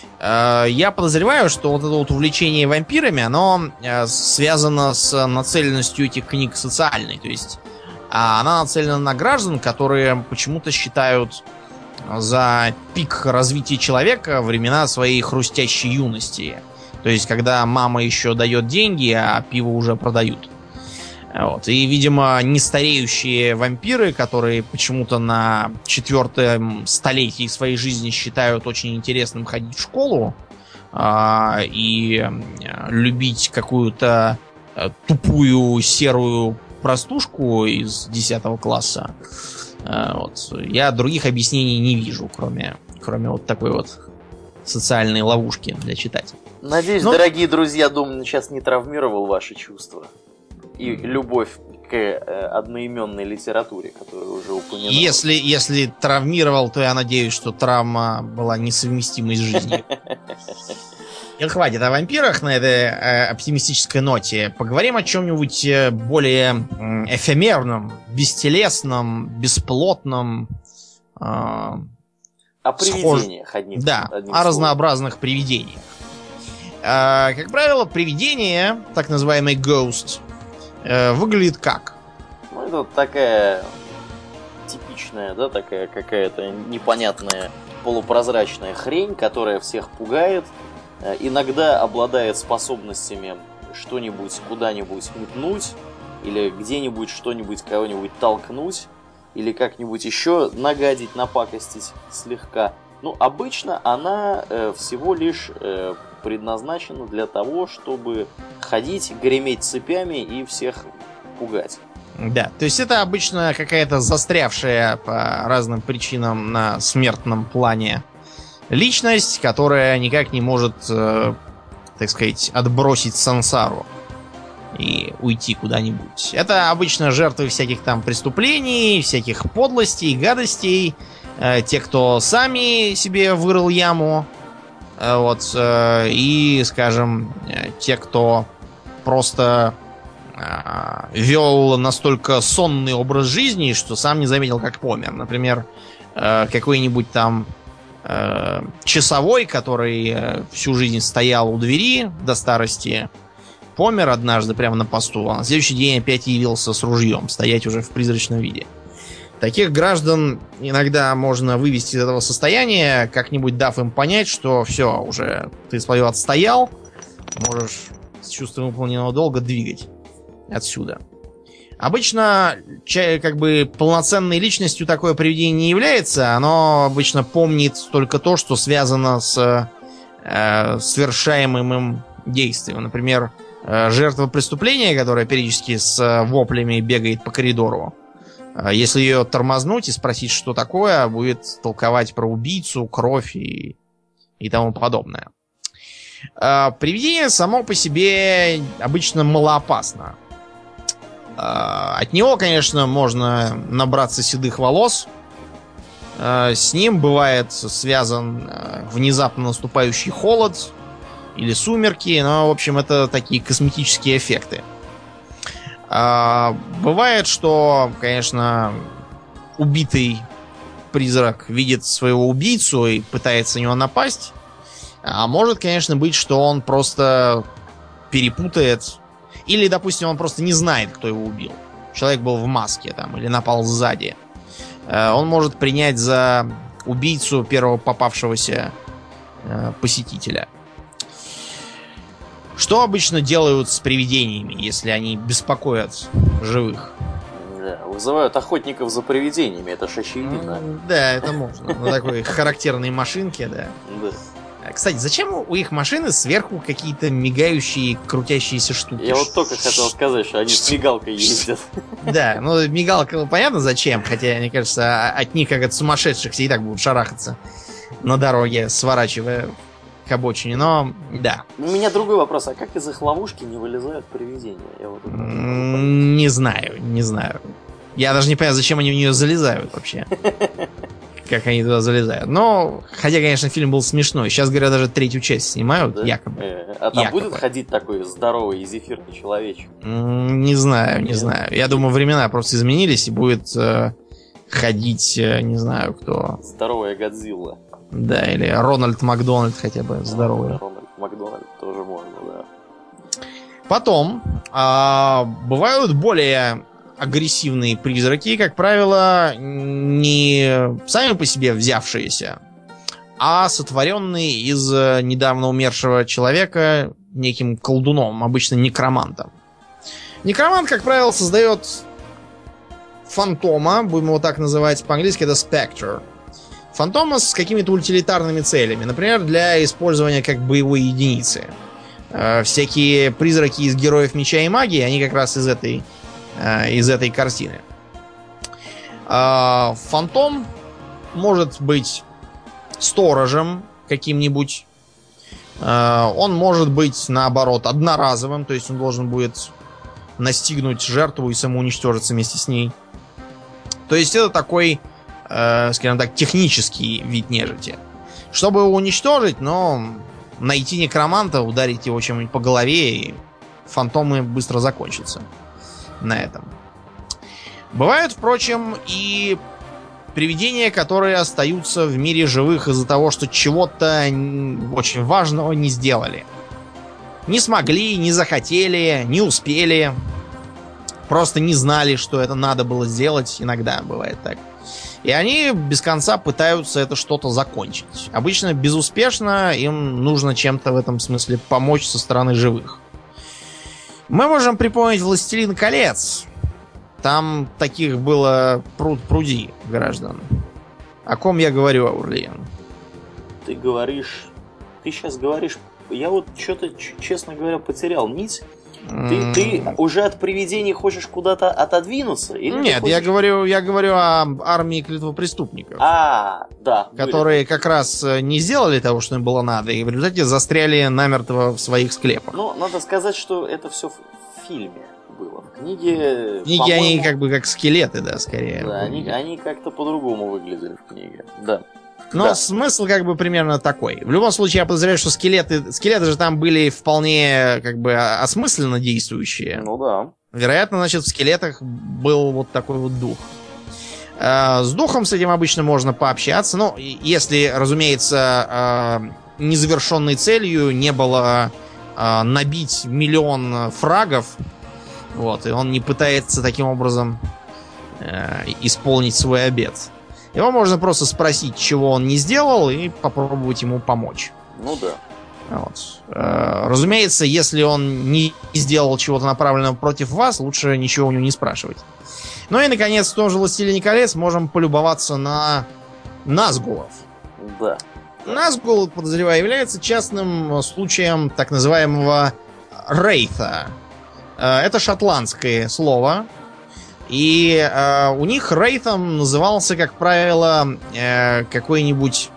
Я подозреваю, что вот это вот увлечение вампирами, оно связано с нацеленностью этих книг социальной. То есть она нацелена на граждан, которые почему-то считают за пик развития человека времена своей хрустящей юности. То есть когда мама еще дает деньги, а пиво уже продают. Вот. И, видимо, нестареющие вампиры, которые почему-то на четвертом столетии своей жизни считают очень интересным ходить в школу а, и любить какую-то тупую серую простушку из десятого класса. А, вот. Я других объяснений не вижу, кроме, кроме вот такой вот социальной ловушки для читателя. Надеюсь, Но... дорогие друзья, Домнин сейчас не травмировал ваши чувства и любовь к э, одноименной литературе, которую уже упоминал. Если, если травмировал, то я надеюсь, что травма была несовместимой с жизнью. И хватит о вампирах на этой э, оптимистической ноте. Поговорим о чем-нибудь более э, эфемерном, бестелесном, бесплотном. Э, о привидениях. Схож... Одним, да, одним о словом. Разнообразных привидениях. Э, как правило, привидение, так называемый ghost, выглядит как? Ну, это вот такая типичная, да, такая какая-то непонятная полупрозрачная хрень, которая всех пугает, иногда обладает способностями что-нибудь куда-нибудь метнуть, или где-нибудь что-нибудь кого-нибудь толкнуть, или как-нибудь еще нагадить, напакостить слегка. Ну, обычно она э, всего лишь э, предназначена для того, чтобы ходить, греметь цепями и всех пугать. Да, то есть это обычно какая-то застрявшая по разным причинам на смертном плане личность, которая никак не может, э, так сказать, отбросить сансару и уйти куда-нибудь. Это обычно жертвы всяких там преступлений, всяких подлостей, гадостей, э, те, кто сами себе вырыл яму, э, вот, э, и, скажем, э, те, кто просто э, вел настолько сонный образ жизни, что сам не заметил, как помер. Например, э, какой-нибудь там э, часовой, который э, всю жизнь стоял у двери до старости, помер однажды прямо на посту, а на следующий день опять явился с ружьем, стоять уже в призрачном виде. Таких граждан иногда можно вывести из этого состояния, как-нибудь дав им понять, что все, уже ты свое отстоял, можешь с чувством выполненного долга двигать отсюда. Обычно, как бы, полноценной личностью такое привидение не является, оно обычно помнит только то, что связано с э, совершаемым им действием. Например, жертва преступления, которая периодически с воплями бегает по коридору. Если ее тормознуть и спросить, что такое, будет толковать про убийцу, кровь и, и тому подобное. Привидение само по себе обычно малоопасно. От него, конечно, можно набраться седых волос. С ним бывает связан внезапно наступающий холод или сумерки, но, в общем, это такие косметические эффекты. А, бывает, что, конечно, убитый призрак видит своего убийцу и пытается на него напасть. А может, конечно, быть, что он просто перепутает. Или, допустим, он просто не знает, кто его убил. Человек был в маске там или напал сзади. А, он может принять за убийцу первого попавшегося а, посетителя. Что обычно делают с привидениями, если они беспокоят живых? Да, вызывают охотников за привидениями, это ж очевидно. Ну, да, это можно. На такой характерной машинке, да. Да. Кстати, зачем у их машины сверху какие-то мигающие, крутящиеся штуки? Я вот только хотел сказать, что они с мигалкой ездят. Да, ну мигалка, понятно зачем, хотя, мне кажется, от них, как от сумасшедших, все и так будут шарахаться на дороге, сворачивая к обочине, но да. У меня другой вопрос, а как из их ловушки не вылезают привидения? Я вот Не знаю, не знаю. Я даже не понимаю, зачем они в нее залезают вообще. Как они туда залезают. Но, хотя, конечно, фильм был смешной. Сейчас, говорят, даже третью часть снимают, да? Якобы. Э, а там якобы. Будет ходить такой здоровый и зефирный человечек? Не знаю, не Нет. знаю. Я думаю, времена просто изменились, и будет э, ходить, э, не знаю, кто. Здоровая Годзилла. Да, или Рональд Макдональд хотя бы, здоровый. Рональд Макдональд тоже можно, да. Потом, э, бывают более... агрессивные призраки, как правило, не сами по себе взявшиеся, а сотворенные из недавно умершего человека неким колдуном, обычно некромантом. Некромант, как правило, создает фантома, будем его так называть, по-английски это spectre. Фантома с какими-то утилитарными целями, например, для использования как боевой единицы. Всякие призраки из Героев Меча и Магии, они как раз из этой из этой картины. Фантом может быть сторожем каким-нибудь. Он может быть, наоборот, одноразовым, то есть он должен будет настигнуть жертву и самоуничтожиться вместе с ней. То есть это такой, скажем так, технический вид нежити. Чтобы его уничтожить, но найти некроманта, ударить его чем-нибудь по голове, и фантомы быстро закончатся на этом. Бывают, впрочем, и привидения, которые остаются в мире живых из-за того, что чего-то очень важного не сделали. Не смогли, не захотели, не успели. Просто не знали, что это надо было сделать. Иногда бывает так. И они без конца пытаются это что-то закончить. Обычно безуспешно, им нужно чем-то в этом смысле помочь со стороны живых. Мы можем припомнить «Властелин колец». Там таких было пруд-пруди граждан. О ком я говорю, Аурлиен? Ты говоришь... Ты сейчас говоришь... Я вот что-то, честно говоря, потерял нить. Ты, ты уже от привидений хочешь куда-то отодвинуться? Или Нет, хочешь... я говорю, я говорю о армии клятвопреступников. А, да. Которые были. Как раз не сделали того, что им было надо, и в результате застряли намертво в своих склепах. Ну, надо сказать, что это все в фильме было. В книге, в книге они как бы как скелеты, да, скорее. Да, они, они как-то по-другому выглядели в книге, да. Но да. Смысл как бы примерно такой. В любом случае, я подозреваю, что скелеты... Скелеты же там были вполне как бы осмысленно действующие. Ну да. Вероятно, значит, в скелетах был вот такой вот дух. С духом с этим обычно можно пообщаться. Ну, если, разумеется, незавершенной целью не было набить миллион фрагов, вот, и он не пытается таким образом исполнить свой обет. Его можно просто спросить, чего он не сделал, и попробовать ему помочь. Ну да. Вот. Разумеется, если он не сделал чего-то направленного против вас, лучше ничего у него не спрашивать. Ну и, наконец, в том же «Властелине колец» можем полюбоваться на Назгулов. Да. Назгул, подозреваю, является частным случаем так называемого рейта. Это шотландское слово. И э, у них рейтом назывался, как правило, э, какой-нибудь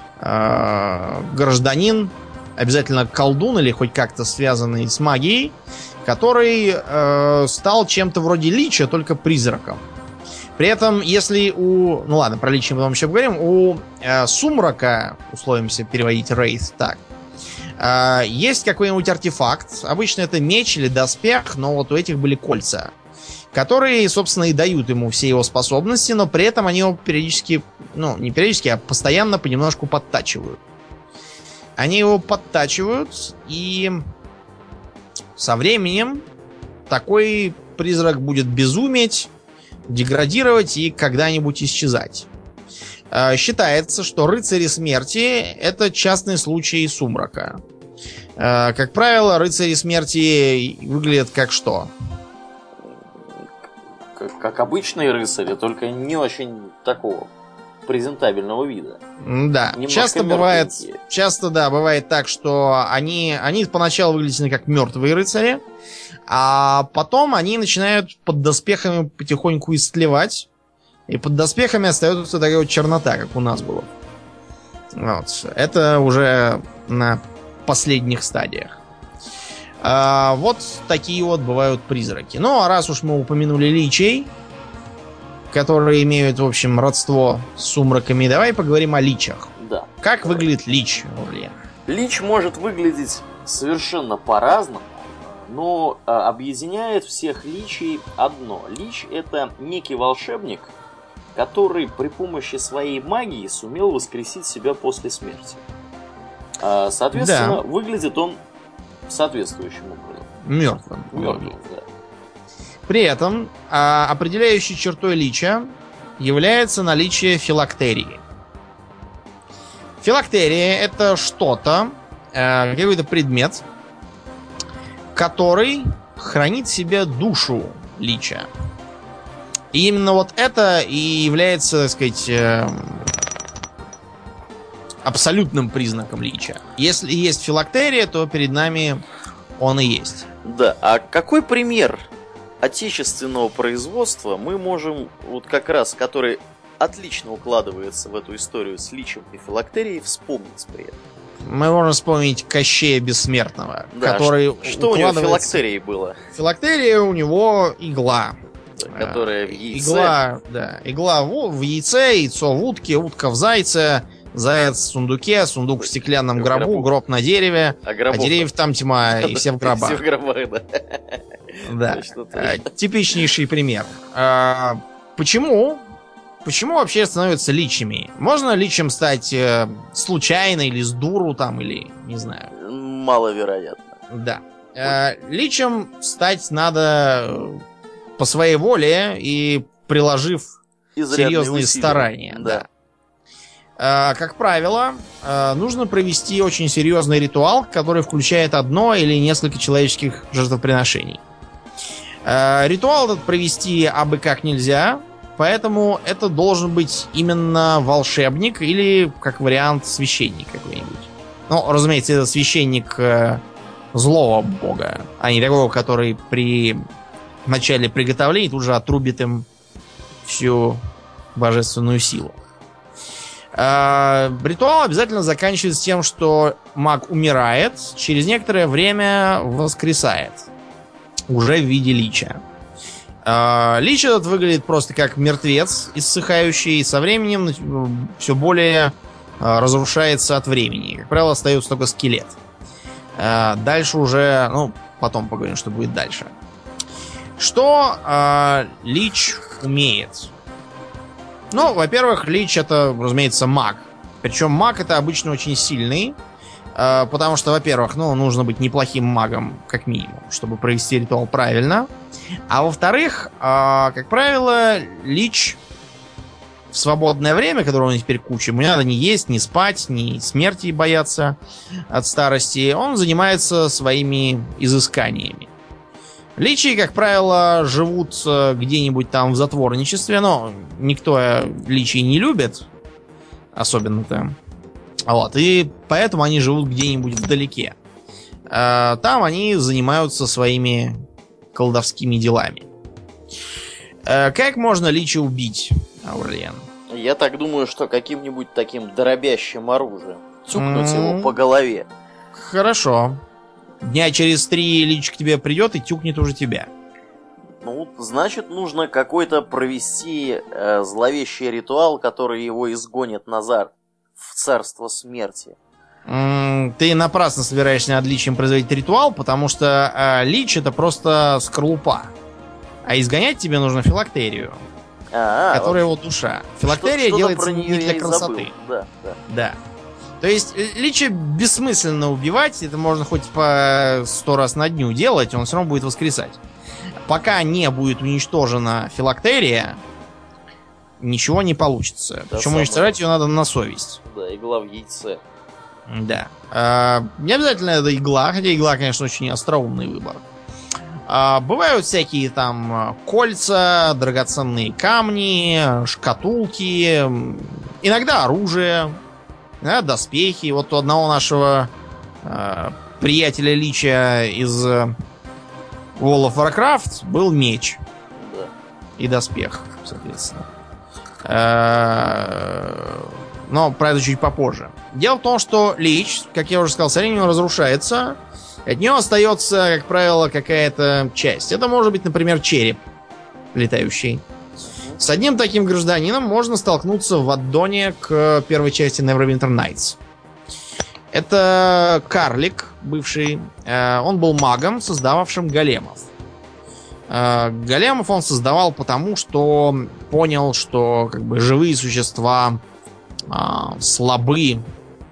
э, гражданин, обязательно колдун или хоть как-то связанный с магией, который э, стал чем-то вроде лича, только призраком. При этом, если у... Ну ладно, про лича мы потом еще поговорим. У э, сумрака, условимся переводить рейт так, э, есть какой-нибудь артефакт. Обычно это меч или доспех, но вот у этих были кольца, которые, собственно, и дают ему все его способности, но при этом они его периодически, ну, не периодически, а постоянно понемножку подтачивают. Они его подтачивают, и со временем такой призрак будет безуметь, деградировать и когда-нибудь исчезать. Считается, что рыцари смерти — это частный случай сумрака. Э, как правило, рыцари смерти выглядят как что? Как, как обычные рыцари, только не очень такого презентабельного вида. Да, Немножко часто бывает, мертвенькие. часто, да, бывает так, что они, они поначалу выглядят как мертвые рыцари, а потом они начинают под доспехами потихоньку истлевать, и под доспехами остается такая вот чернота, как у нас было. Вот. Это уже на последних стадиях. А, вот такие вот бывают призраки. Ну, а раз уж мы упомянули личей, которые имеют, в общем, родство с сумраками, давай поговорим о личах. Да. Как выглядит лич, Аурлиен? Лич может выглядеть совершенно по-разному, но а, объединяет всех личей одно. Лич — это некий волшебник, который при помощи своей магии сумел воскресить себя после смерти. А, соответственно, Да. выглядит он соответствующим образом. Мертвым. Мертвым, да. При этом а, определяющей чертой лича является наличие филактерии. Филактерия — это что-то, э, какой-то предмет, который хранит в себе душу лича. И именно вот это и является, так сказать, э, абсолютным признаком лича. Если есть филактерия, то перед нами он и есть. Да, а какой пример отечественного производства мы можем, вот как раз, который отлично укладывается в эту историю с личем и филактерией, вспомнить при этом? Мы можем вспомнить Кощея Бессмертного, Да, который ш- что у него укладывается- филактерией было? Филактерия у него игла. Которая в Э, яйце. Игла, да. Игла в, в яйце, яйцо в утке, утка в зайце, заяц в сундуке, сундук в стеклянном В гробу, гробу. гроб на дереве, А а гробов- деревьев там тьма, и все в гробах. Все в гробах, да. Да. Точно, Э, точно. Типичнейший пример. А, Почему? Почему вообще становятся личами? Можно личем стать э, случайно или с дуру там, или не знаю. Маловероятно. Да. Э, Личем стать надо э, по своей воле и приложив Изрядные серьезные усилия. старания. Да. Да. Э, Как правило, э, нужно провести очень серьезный ритуал, который включает одно или несколько человеческих жертвоприношений. Э, Ритуал этот провести абы как нельзя, поэтому это должен быть именно волшебник или, как вариант, священник какой-нибудь. Ну, разумеется, это священник э, злого бога, а не такого, который при начале приготовления тут же отрубит им всю божественную силу. Э, Ритуал обязательно заканчивается тем, что маг умирает, через некоторое время воскресает. Уже в виде лича. Э, Лич этот выглядит просто как мертвец, иссыхающий, и со временем все более э, разрушается от времени. Как правило, остается только скелет. Э, Дальше уже, ну, потом поговорим, что будет дальше. Что э, Лич умеет? Ну, во-первых, Лич это, разумеется, маг. Причем маг это обычно очень сильный. э, Потому что, во-первых, ну, нужно быть неплохим магом, как минимум, чтобы провести ритуал правильно. А во-вторых, э, как правило, Лич в свободное время, которое у него теперь куча, ему не надо ни есть, ни спать, ни смерти бояться от старости, он занимается своими изысканиями. Личи, как правило, живут э, где-нибудь там в затворничестве, но никто э, личий не любит, особенно-то. Вот, и поэтому они живут где-нибудь вдалеке. Э, Там они занимаются своими колдовскими делами. Э, Как можно лича убить, Аурлиен? Я так думаю, что каким-нибудь таким дробящим оружием. Тюкнуть М. его по голове. Хорошо. Дня через три Лич к тебе придет и тюкнет уже тебя. Ну, значит, нужно какой-то провести э, зловещий ритуал, который его изгонит назад в царство смерти. М, Ты напрасно собираешься над Личем производить ритуал, потому что э, Лич это просто скорлупа. А изгонять тебе нужно филактерию, А, которая его душа. Филактерия что-то делается про не неё для я и красоты. забыл. Да, да. Да. То есть э, Лича бессмысленно убивать, это можно хоть по сто раз на дню делать, он все равно будет воскресать. Пока не будет уничтожена филактерия, ничего не получится. Да, Причем самое. уничтожать ее надо на совесть. Да, игла в яйце. Да. А, не обязательно это игла, хотя игла, конечно, очень остроумный выбор. А, бывают всякие там кольца, драгоценные камни, шкатулки, иногда оружие, иногда доспехи. Вот у одного нашего а, приятеля Лича из World of Warcraft был меч. Да. И доспех, соответственно. Но про это чуть попозже. Дело в том, что Лич, как я уже сказал, со временем разрушается. От него остается, как правило, какая-то часть. Это может быть, например, череп летающий. С одним таким гражданином можно столкнуться в аддоне к первой части Neverwinter Nights. Это карлик бывший. Он был магом, создававшим големов. Големов он создавал потому, что понял, что как бы живые существа а, слабы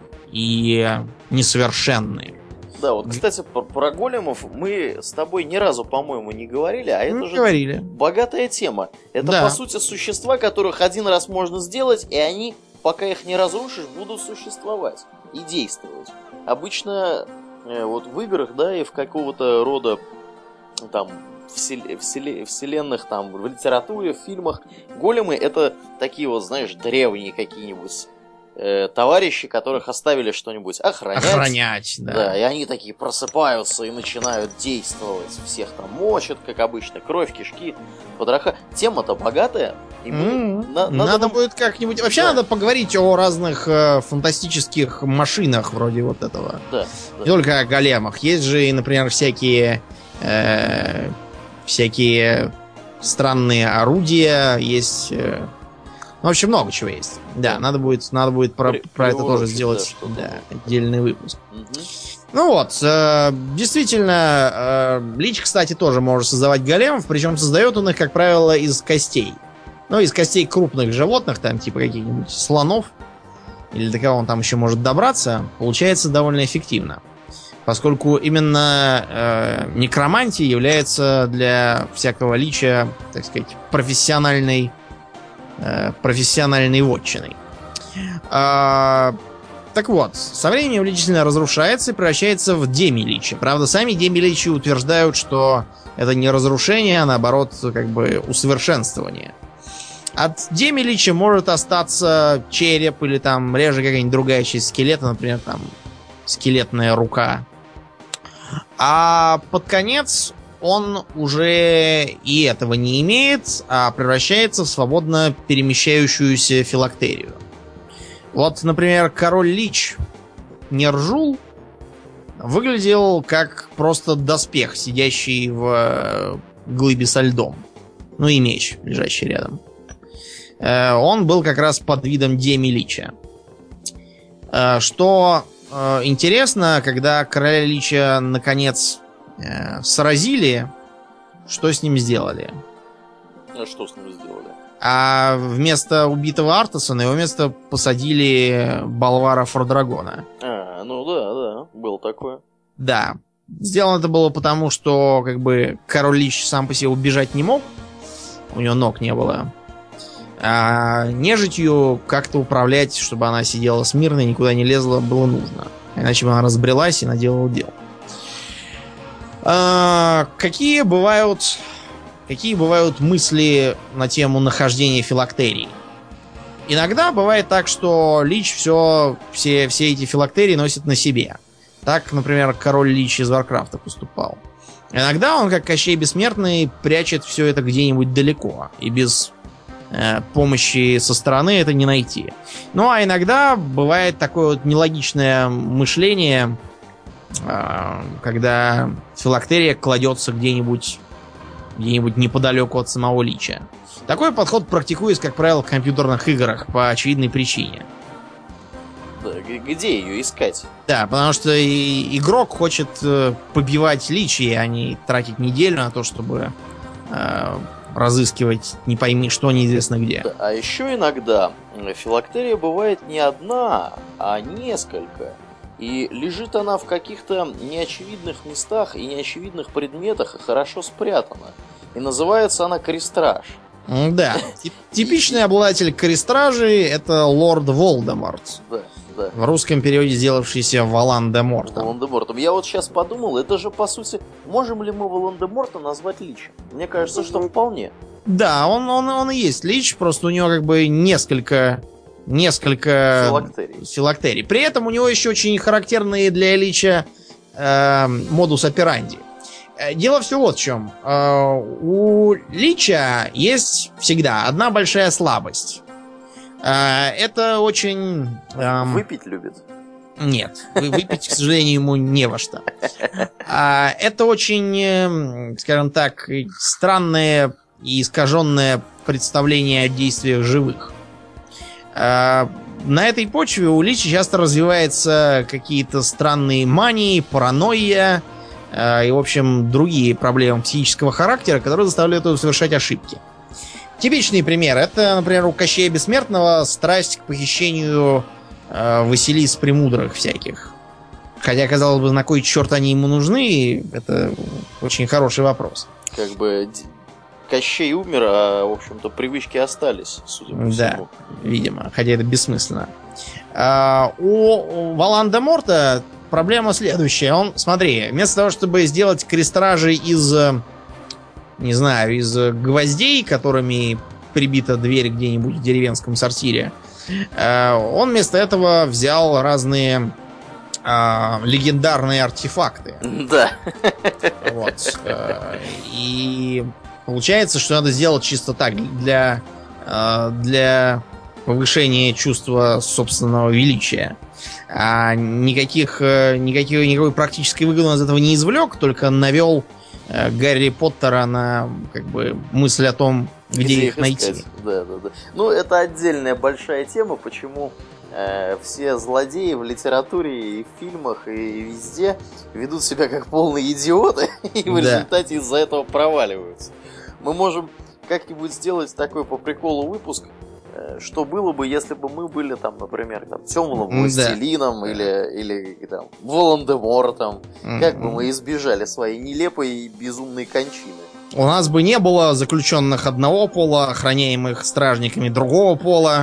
и несовершенны. Да, вот, кстати, про, про големов мы с тобой ни разу, по-моему, не говорили, а это не же говорили. Богатая тема. Это, да. по сути, существа, которых один раз можно сделать, и они, пока их не разрушишь, будут существовать и действовать. Обычно э, вот в играх, да, и в какого-то рода там вселенных, там, в литературе, в фильмах, големы — это такие вот, знаешь, древние какие-нибудь э, товарищи, которых оставили что-нибудь охранять. Охранять, да. Да, и они такие просыпаются и начинают действовать. Всех там мочат, как обычно, кровь, кишки, потроха. Тема-то богатая. И мы... Mm-hmm. на, надо надо нам... будет как-нибудь... Вообще да. надо поговорить о разных э, фантастических машинах вроде вот этого. Да, Не да. только о големах. Есть же, например, всякие... Э, всякие странные орудия, есть... Э, ну, в общем, много чего есть. Да, да. надо будет, надо будет про, При, про это тоже сделать да, да, отдельный выпуск. Угу. Ну вот, э, действительно, э, Лич, кстати, тоже может создавать големов, причем создает он их, как правило, из костей. Ну, из костей крупных животных, там, типа каких-нибудь слонов, или до кого он там еще может добраться, получается довольно эффективно. Поскольку именно э, некромантия является для всякого лича, так сказать, профессиональной, э, профессиональной вотчиной. А, так вот, со временем лич действительно разрушается и превращается в деми-лича. Правда, сами деми-личи утверждают, что это не разрушение, а наоборот, как бы усовершенствование. От деми-лича может остаться череп или там реже какая-нибудь другая часть скелета, например, там скелетная рука. А под конец он уже и этого не имеет, а превращается в свободно перемещающуюся филактерию. Вот, например, король Лич Нержул выглядел как просто доспех, сидящий в глыбе со льдом. Ну и меч, лежащий рядом. Он был как раз под видом деми-лича. Что интересно, когда короля Лича наконец э, сразили, что с ним сделали? А что с ним сделали? А вместо убитого Артаса на его место посадили Болвара Фордрагона. А, ну да, да, было такое. Да. Сделано это было потому, что как бы король Лич сам по себе убежать не мог. У него ног не было. А нежитью как-то управлять, чтобы она сидела смирно и никуда не лезла, было нужно. Иначе бы она разбрелась и наделала дел. А, какие бывают... Какие бывают мысли на тему нахождения филактерий? Иногда бывает так, что Лич все, все, все эти филактерии носит на себе. Так, например, король Лич из Варкрафта поступал. Иногда он, как Кощей Бессмертный, прячет все это где-нибудь далеко. И без э, помощи со стороны это не найти. Ну, а иногда бывает такое вот нелогичное мышление, э, когда филактерия кладется где-нибудь где-нибудь неподалеку от самого Лича. Такой подход практикуется, как правило, в компьютерных играх по очевидной причине. Да, где ее искать? Да, потому что и игрок хочет э, побивать Личи, а не тратить неделю на то, чтобы э, разыскивать не пойми что, неизвестно где. Да, а еще иногда филактерия бывает не одна, а несколько. И лежит она в каких-то неочевидных местах и неочевидных предметах, и хорошо спрятана. И называется она крестраж. Да. Типичный обладатель крестражей — это лорд Волдеморт. Да, Да. В русском переводе сделавшийся Волан-де-Мортом. Волан-де-Мортом. Я вот сейчас подумал, это же по сути, можем ли мы Волан-де-Морта назвать личем? Мне кажется, что вполне. Да, он, он, он и есть лич, просто у него как бы несколько... Несколько филактерий. филактерий. При этом у него еще очень характерные для лича э, модус операнди. Дело все вот в чем. Э, у лича есть всегда одна большая слабость. Э, это очень... Э, Выпить любит? Нет, выпить, к сожалению, ему не во что. А, это очень, скажем так, странное и искаженное представление о действиях живых. А, на этой почве у личи часто развиваются какие-то странные мании, паранойя а, и, в общем, другие проблемы психического характера, которые заставляют его совершать ошибки. Типичный пример. Это, например, у Кощея Бессмертного страсть к похищению э, Василис Премудрых всяких. Хотя, казалось бы, на кой черт они ему нужны, это очень хороший вопрос. Как бы Кощей умер, а, в общем-то, привычки остались, судя по да, всему. видимо, хотя это бессмысленно. А, у Волан-де-Морта проблема следующая. Он, смотри, вместо того, чтобы сделать крестражи из... не знаю, из гвоздей, которыми прибита дверь где-нибудь в деревенском сортире, он вместо этого взял разные э, легендарные артефакты. Да. Вот. И получается, что надо сделать чисто так, для, для повышения чувства собственного величия. А никаких, никаких, никакой практической выгоды он из этого не извлек, только навел Гарри Поттера на как бы мысль о том, где, где их, их найти. Да, да, да. Ну, это отдельная большая тема, почему э, все злодеи в литературе и в фильмах и везде ведут себя как полные идиоты и в да. результате из-за этого проваливаются. Мы можем как-нибудь сделать такой по приколу выпуск, э, что было бы, если бы мы были там, например, там, темным властелином да. или, или там, Волан-де-Мортом. Mm-hmm. Как бы мы избежали своей нелепой и безумной кончины. У нас бы не было заключенных одного пола, охраняемых стражниками другого пола.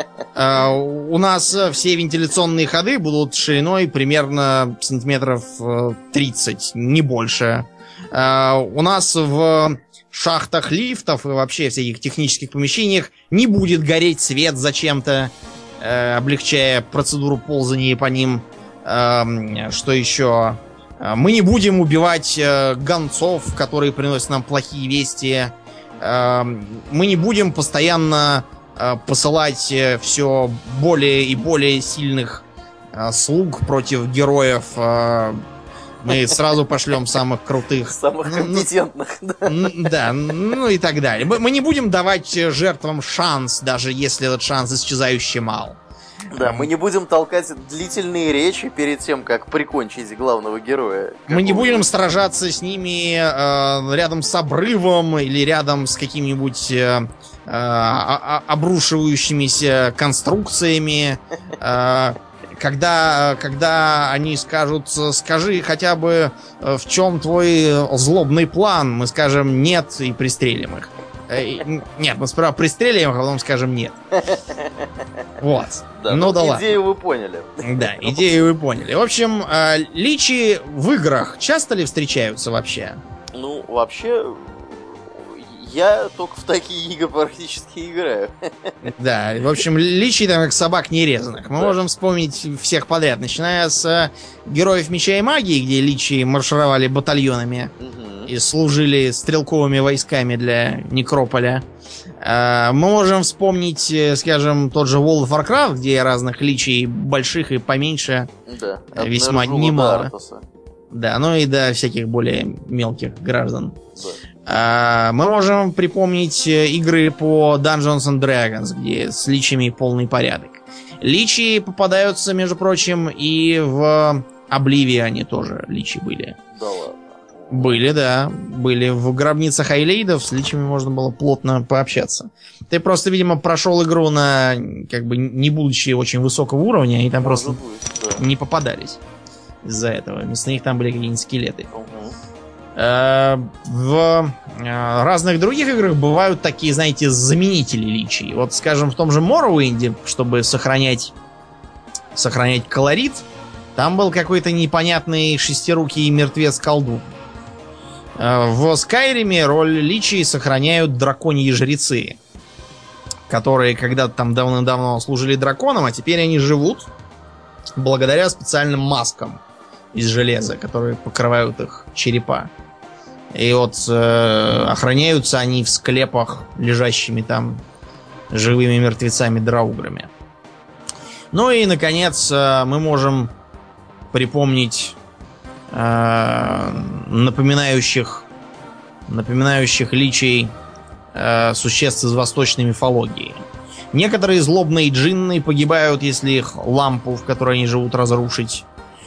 У нас все вентиляционные ходы будут шириной примерно сантиметров тридцать, не больше. У нас в шахтах лифтов и вообще всяких технических помещениях не будет гореть свет зачем-то, облегчая процедуру ползания по ним. Что еще... Мы не будем убивать э, гонцов, которые приносят нам плохие вести. Э, мы не будем постоянно э, посылать э, все более и более сильных э, слуг против героев. Э, мы сразу пошлем самых крутых. Самых компетентных. Да, ну и так далее. Мы не будем давать жертвам шанс, даже если этот шанс исчезающе мал. Да, мы не будем толкать длительные речи перед тем, как прикончить главного героя. Мы не будем сражаться с ними э, рядом с обрывом или рядом с какими-нибудь э, э, обрушивающимися конструкциями. Э, когда, когда они скажут, скажи хотя бы, в чем твой злобный план, мы скажем нет и пристрелим их. Нет, мы сперва пристрелим, а потом скажем нет. Вот. Да, ну, ну да ладно. Идею вы поняли. Да, идею вы поняли. В общем, личи в играх часто ли встречаются вообще? Ну, вообще, я только в такие игры практически играю. Да, в общем, личи там как собак нерезанных. Мы да. можем вспомнить всех подряд, начиная с Героев Меча и Магии, где личи маршировали батальонами. Угу. И служили стрелковыми войсками для Некрополя. Мы можем вспомнить, скажем, тот же World of Warcraft, где разных личий больших и поменьше да, весьма немало. Да, ну и до всяких более мелких граждан. Да. Мы можем припомнить игры по Dungeons and Dragons, где с личами полный порядок. Личи попадаются, между прочим, и в Обливионе тоже личи были. Да ладно. Были, да. Были в гробницах Айлейдов, с личами можно было плотно пообщаться. Ты просто, видимо, прошел игру на, как бы, не будучи очень высокого уровня, и там Может просто быть, да. не попадались из-за этого. Вместо них там были какие-нибудь скелеты. Угу. В разных других играх бывают такие, знаете, заменители личий. Вот, скажем, в том же Morrowind, чтобы сохранять сохранять колорит, там был какой-то непонятный шестирукий мертвец-колдун. В Скайриме роль личий сохраняют драконьи жрецы, которые когда-то там давным-давно служили драконам, а теперь они живут благодаря специальным маскам из железа, которые покрывают их черепа. И вот э, охраняются они в склепах, лежащими там живыми мертвецами-драуграми. Ну и, наконец, э, мы можем припомнить э, напоминающих, напоминающих личий э, существ из восточной мифологии. Некоторые злобные джинны погибают, если их лампу, в которой они живут, разрушить.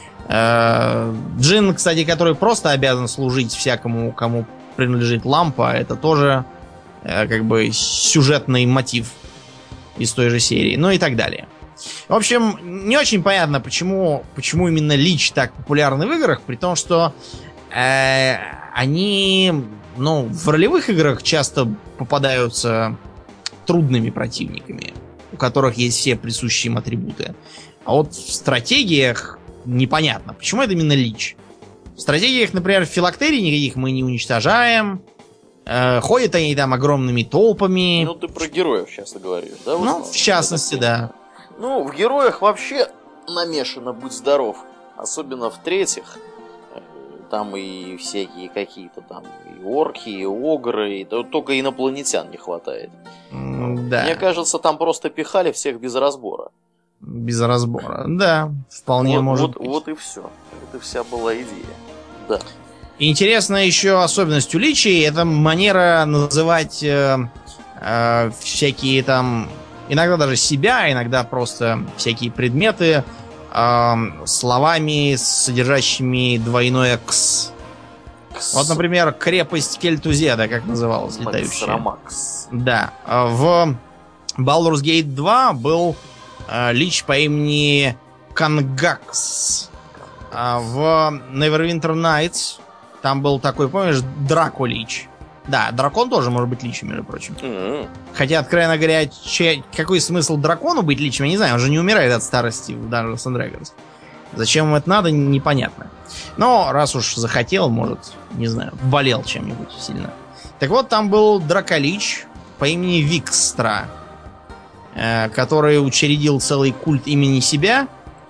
Джин, кстати, который просто обязан служить всякому, кому принадлежит лампа, это тоже как бы сюжетный мотив из той же серии, ну и так далее. В общем, не очень понятно, почему, почему именно Лич так популярны в играх, при том, что э, они, ну, в ролевых играх часто попадаются трудными противниками, у которых есть все присущие им атрибуты. А вот в стратегиях непонятно, почему это именно Лич. В стратегиях, например, в филактерии никаких мы не уничтожаем. Э, ходят они там огромными толпами. Ну, ты про героев сейчас говоришь, да? Ну, в частности, да. Ну, в героях вообще намешано, будь здоров. Особенно в-третьих. Там и всякие какие-то там и орки, и огры, и только инопланетян не хватает. Да. Мне кажется, там просто пихали всех без разбора. Без разбора. Да, вполне вот, может вот, быть. Вот и все. Вот и вся была идея. Да. Интересная еще особенность у личий — это манера называть э, э, всякие там, иногда даже себя, иногда просто всякие предметы э, словами, содержащими двойное «кс». Вот, например, крепость Кельтузеда, как называлась, летающая. Макс. Да. В Baldur's Gate два был лич по имени Кангакс. А в Neverwinter Nights там был такой, помнишь, Драко-лич. Да, дракон тоже может быть личем, между прочим. Mm-hmm. Хотя, откровенно говоря, че, какой смысл дракону быть личем, я не знаю, он же не умирает от старости в Dungeons and Dragons. Зачем ему это надо, непонятно. Но раз уж захотел, может, не знаю, болел чем-нибудь сильно. Так вот, там был драколич по имени Викстра, который учредил целый культ имени себя,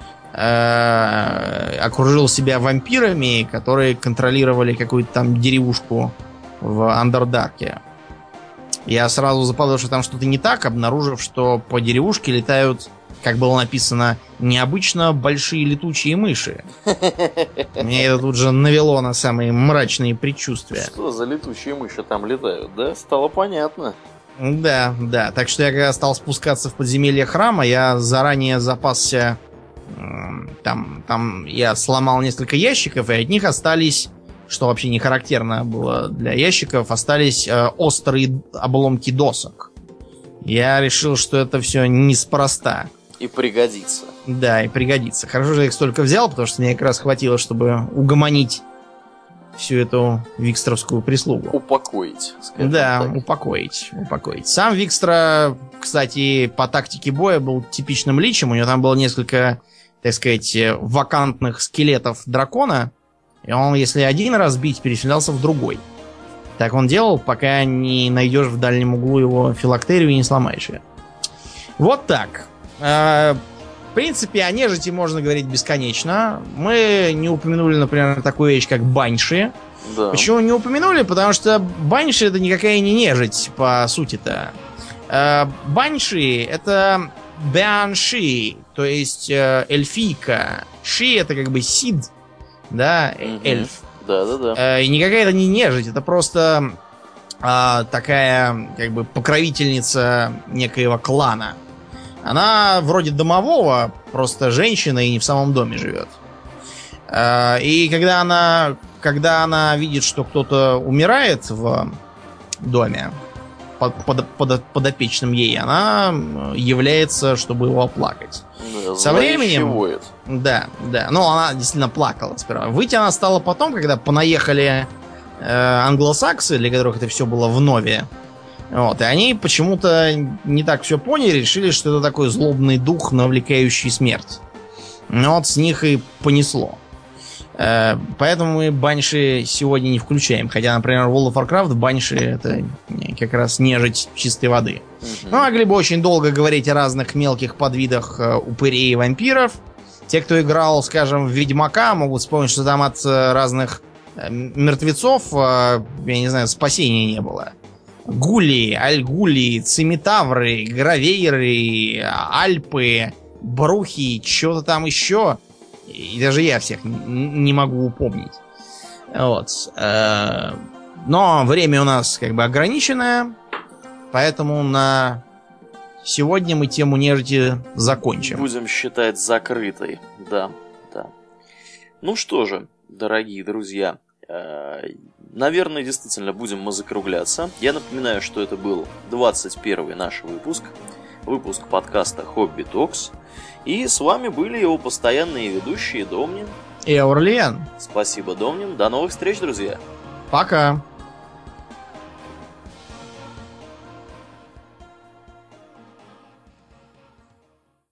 э, окружил себя вампирами, которые контролировали какую-то там деревушку в Андердарке. Я сразу заподозрил, что там что-то не так, обнаружив, что по деревушке летают, как было написано, необычно большие летучие мыши. Меня это тут же навело на самые мрачные предчувствия. Что за летучие мыши там летают, да? Стало понятно. Да, да. Так что я когда стал спускаться в подземелье храма, я заранее запасся. Там, там я сломал несколько ящиков, и от них остались, что вообще не характерно было для ящиков, остались э, острые обломки досок. Я решил, что это все неспроста. И пригодится. Да, и пригодится. Хорошо, что я их столько взял, потому что мне как раз хватило, чтобы угомонить всю эту викстровскую прислугу. Упокоить. Да, так. упокоить, упокоить. Сам Викстра, кстати, по тактике боя был типичным личем. У него там было несколько, так сказать, вакантных скелетов дракона. И он, если один раз бить, переселялся в другой. Так он делал, пока не найдешь в дальнем углу его филактерию и не сломаешь ее. Вот так. В принципе, о нежити можно говорить бесконечно. Мы не упомянули, например, такую вещь, как банши. Да. Почему не упомянули? Потому что банши — это никакая не нежить, по сути-то. Банши — это банши, то есть эльфийка. Ши — это как бы сид, да, угу. Эльф. Да-да-да. И никакая это не нежить, это просто а, такая, как бы, покровительница некоего клана. Она вроде домового, просто женщина и не в самом доме живет. И когда она, когда она видит, что кто-то умирает в доме, под, под, под, подопечным ей, она является, чтобы его оплакать. Да, со временем... Воет. Да, да. Но она действительно плакала сперва. Выйти она стала потом, когда понаехали э, англосаксы, для которых это все было вновь. Вот, и они почему-то не так все поняли, решили, что это такой злобный дух, навлекающий смерть. Ну вот с них и понесло. Поэтому мы банши сегодня не включаем. Хотя, например, в World of Warcraft банши это как раз нежить чистой воды. Uh-huh. Ну, могли бы очень долго говорить о разных мелких подвидах упырей и вампиров. Те, кто играл, скажем, в Ведьмака, могут вспомнить, что там от разных мертвецов, я не знаю, спасения не было. Гули, альгули, цимитавры, гравейры, альпы, брухи, что-то там еще. И даже я всех не могу упомнить. Вот. Но время у нас как бы ограниченное, поэтому на сегодня мы тему нежити закончим. Будем считать закрытой. Да, да. Ну что же, дорогие друзья, наверное, действительно будем мы закругляться. Я напоминаю, что это был двадцать первый наш выпуск. Выпуск подкаста Hobby Talks. И с вами были его постоянные ведущие Домнин и Аурлиен. Спасибо, Домнин. До новых встреч, друзья. Пока.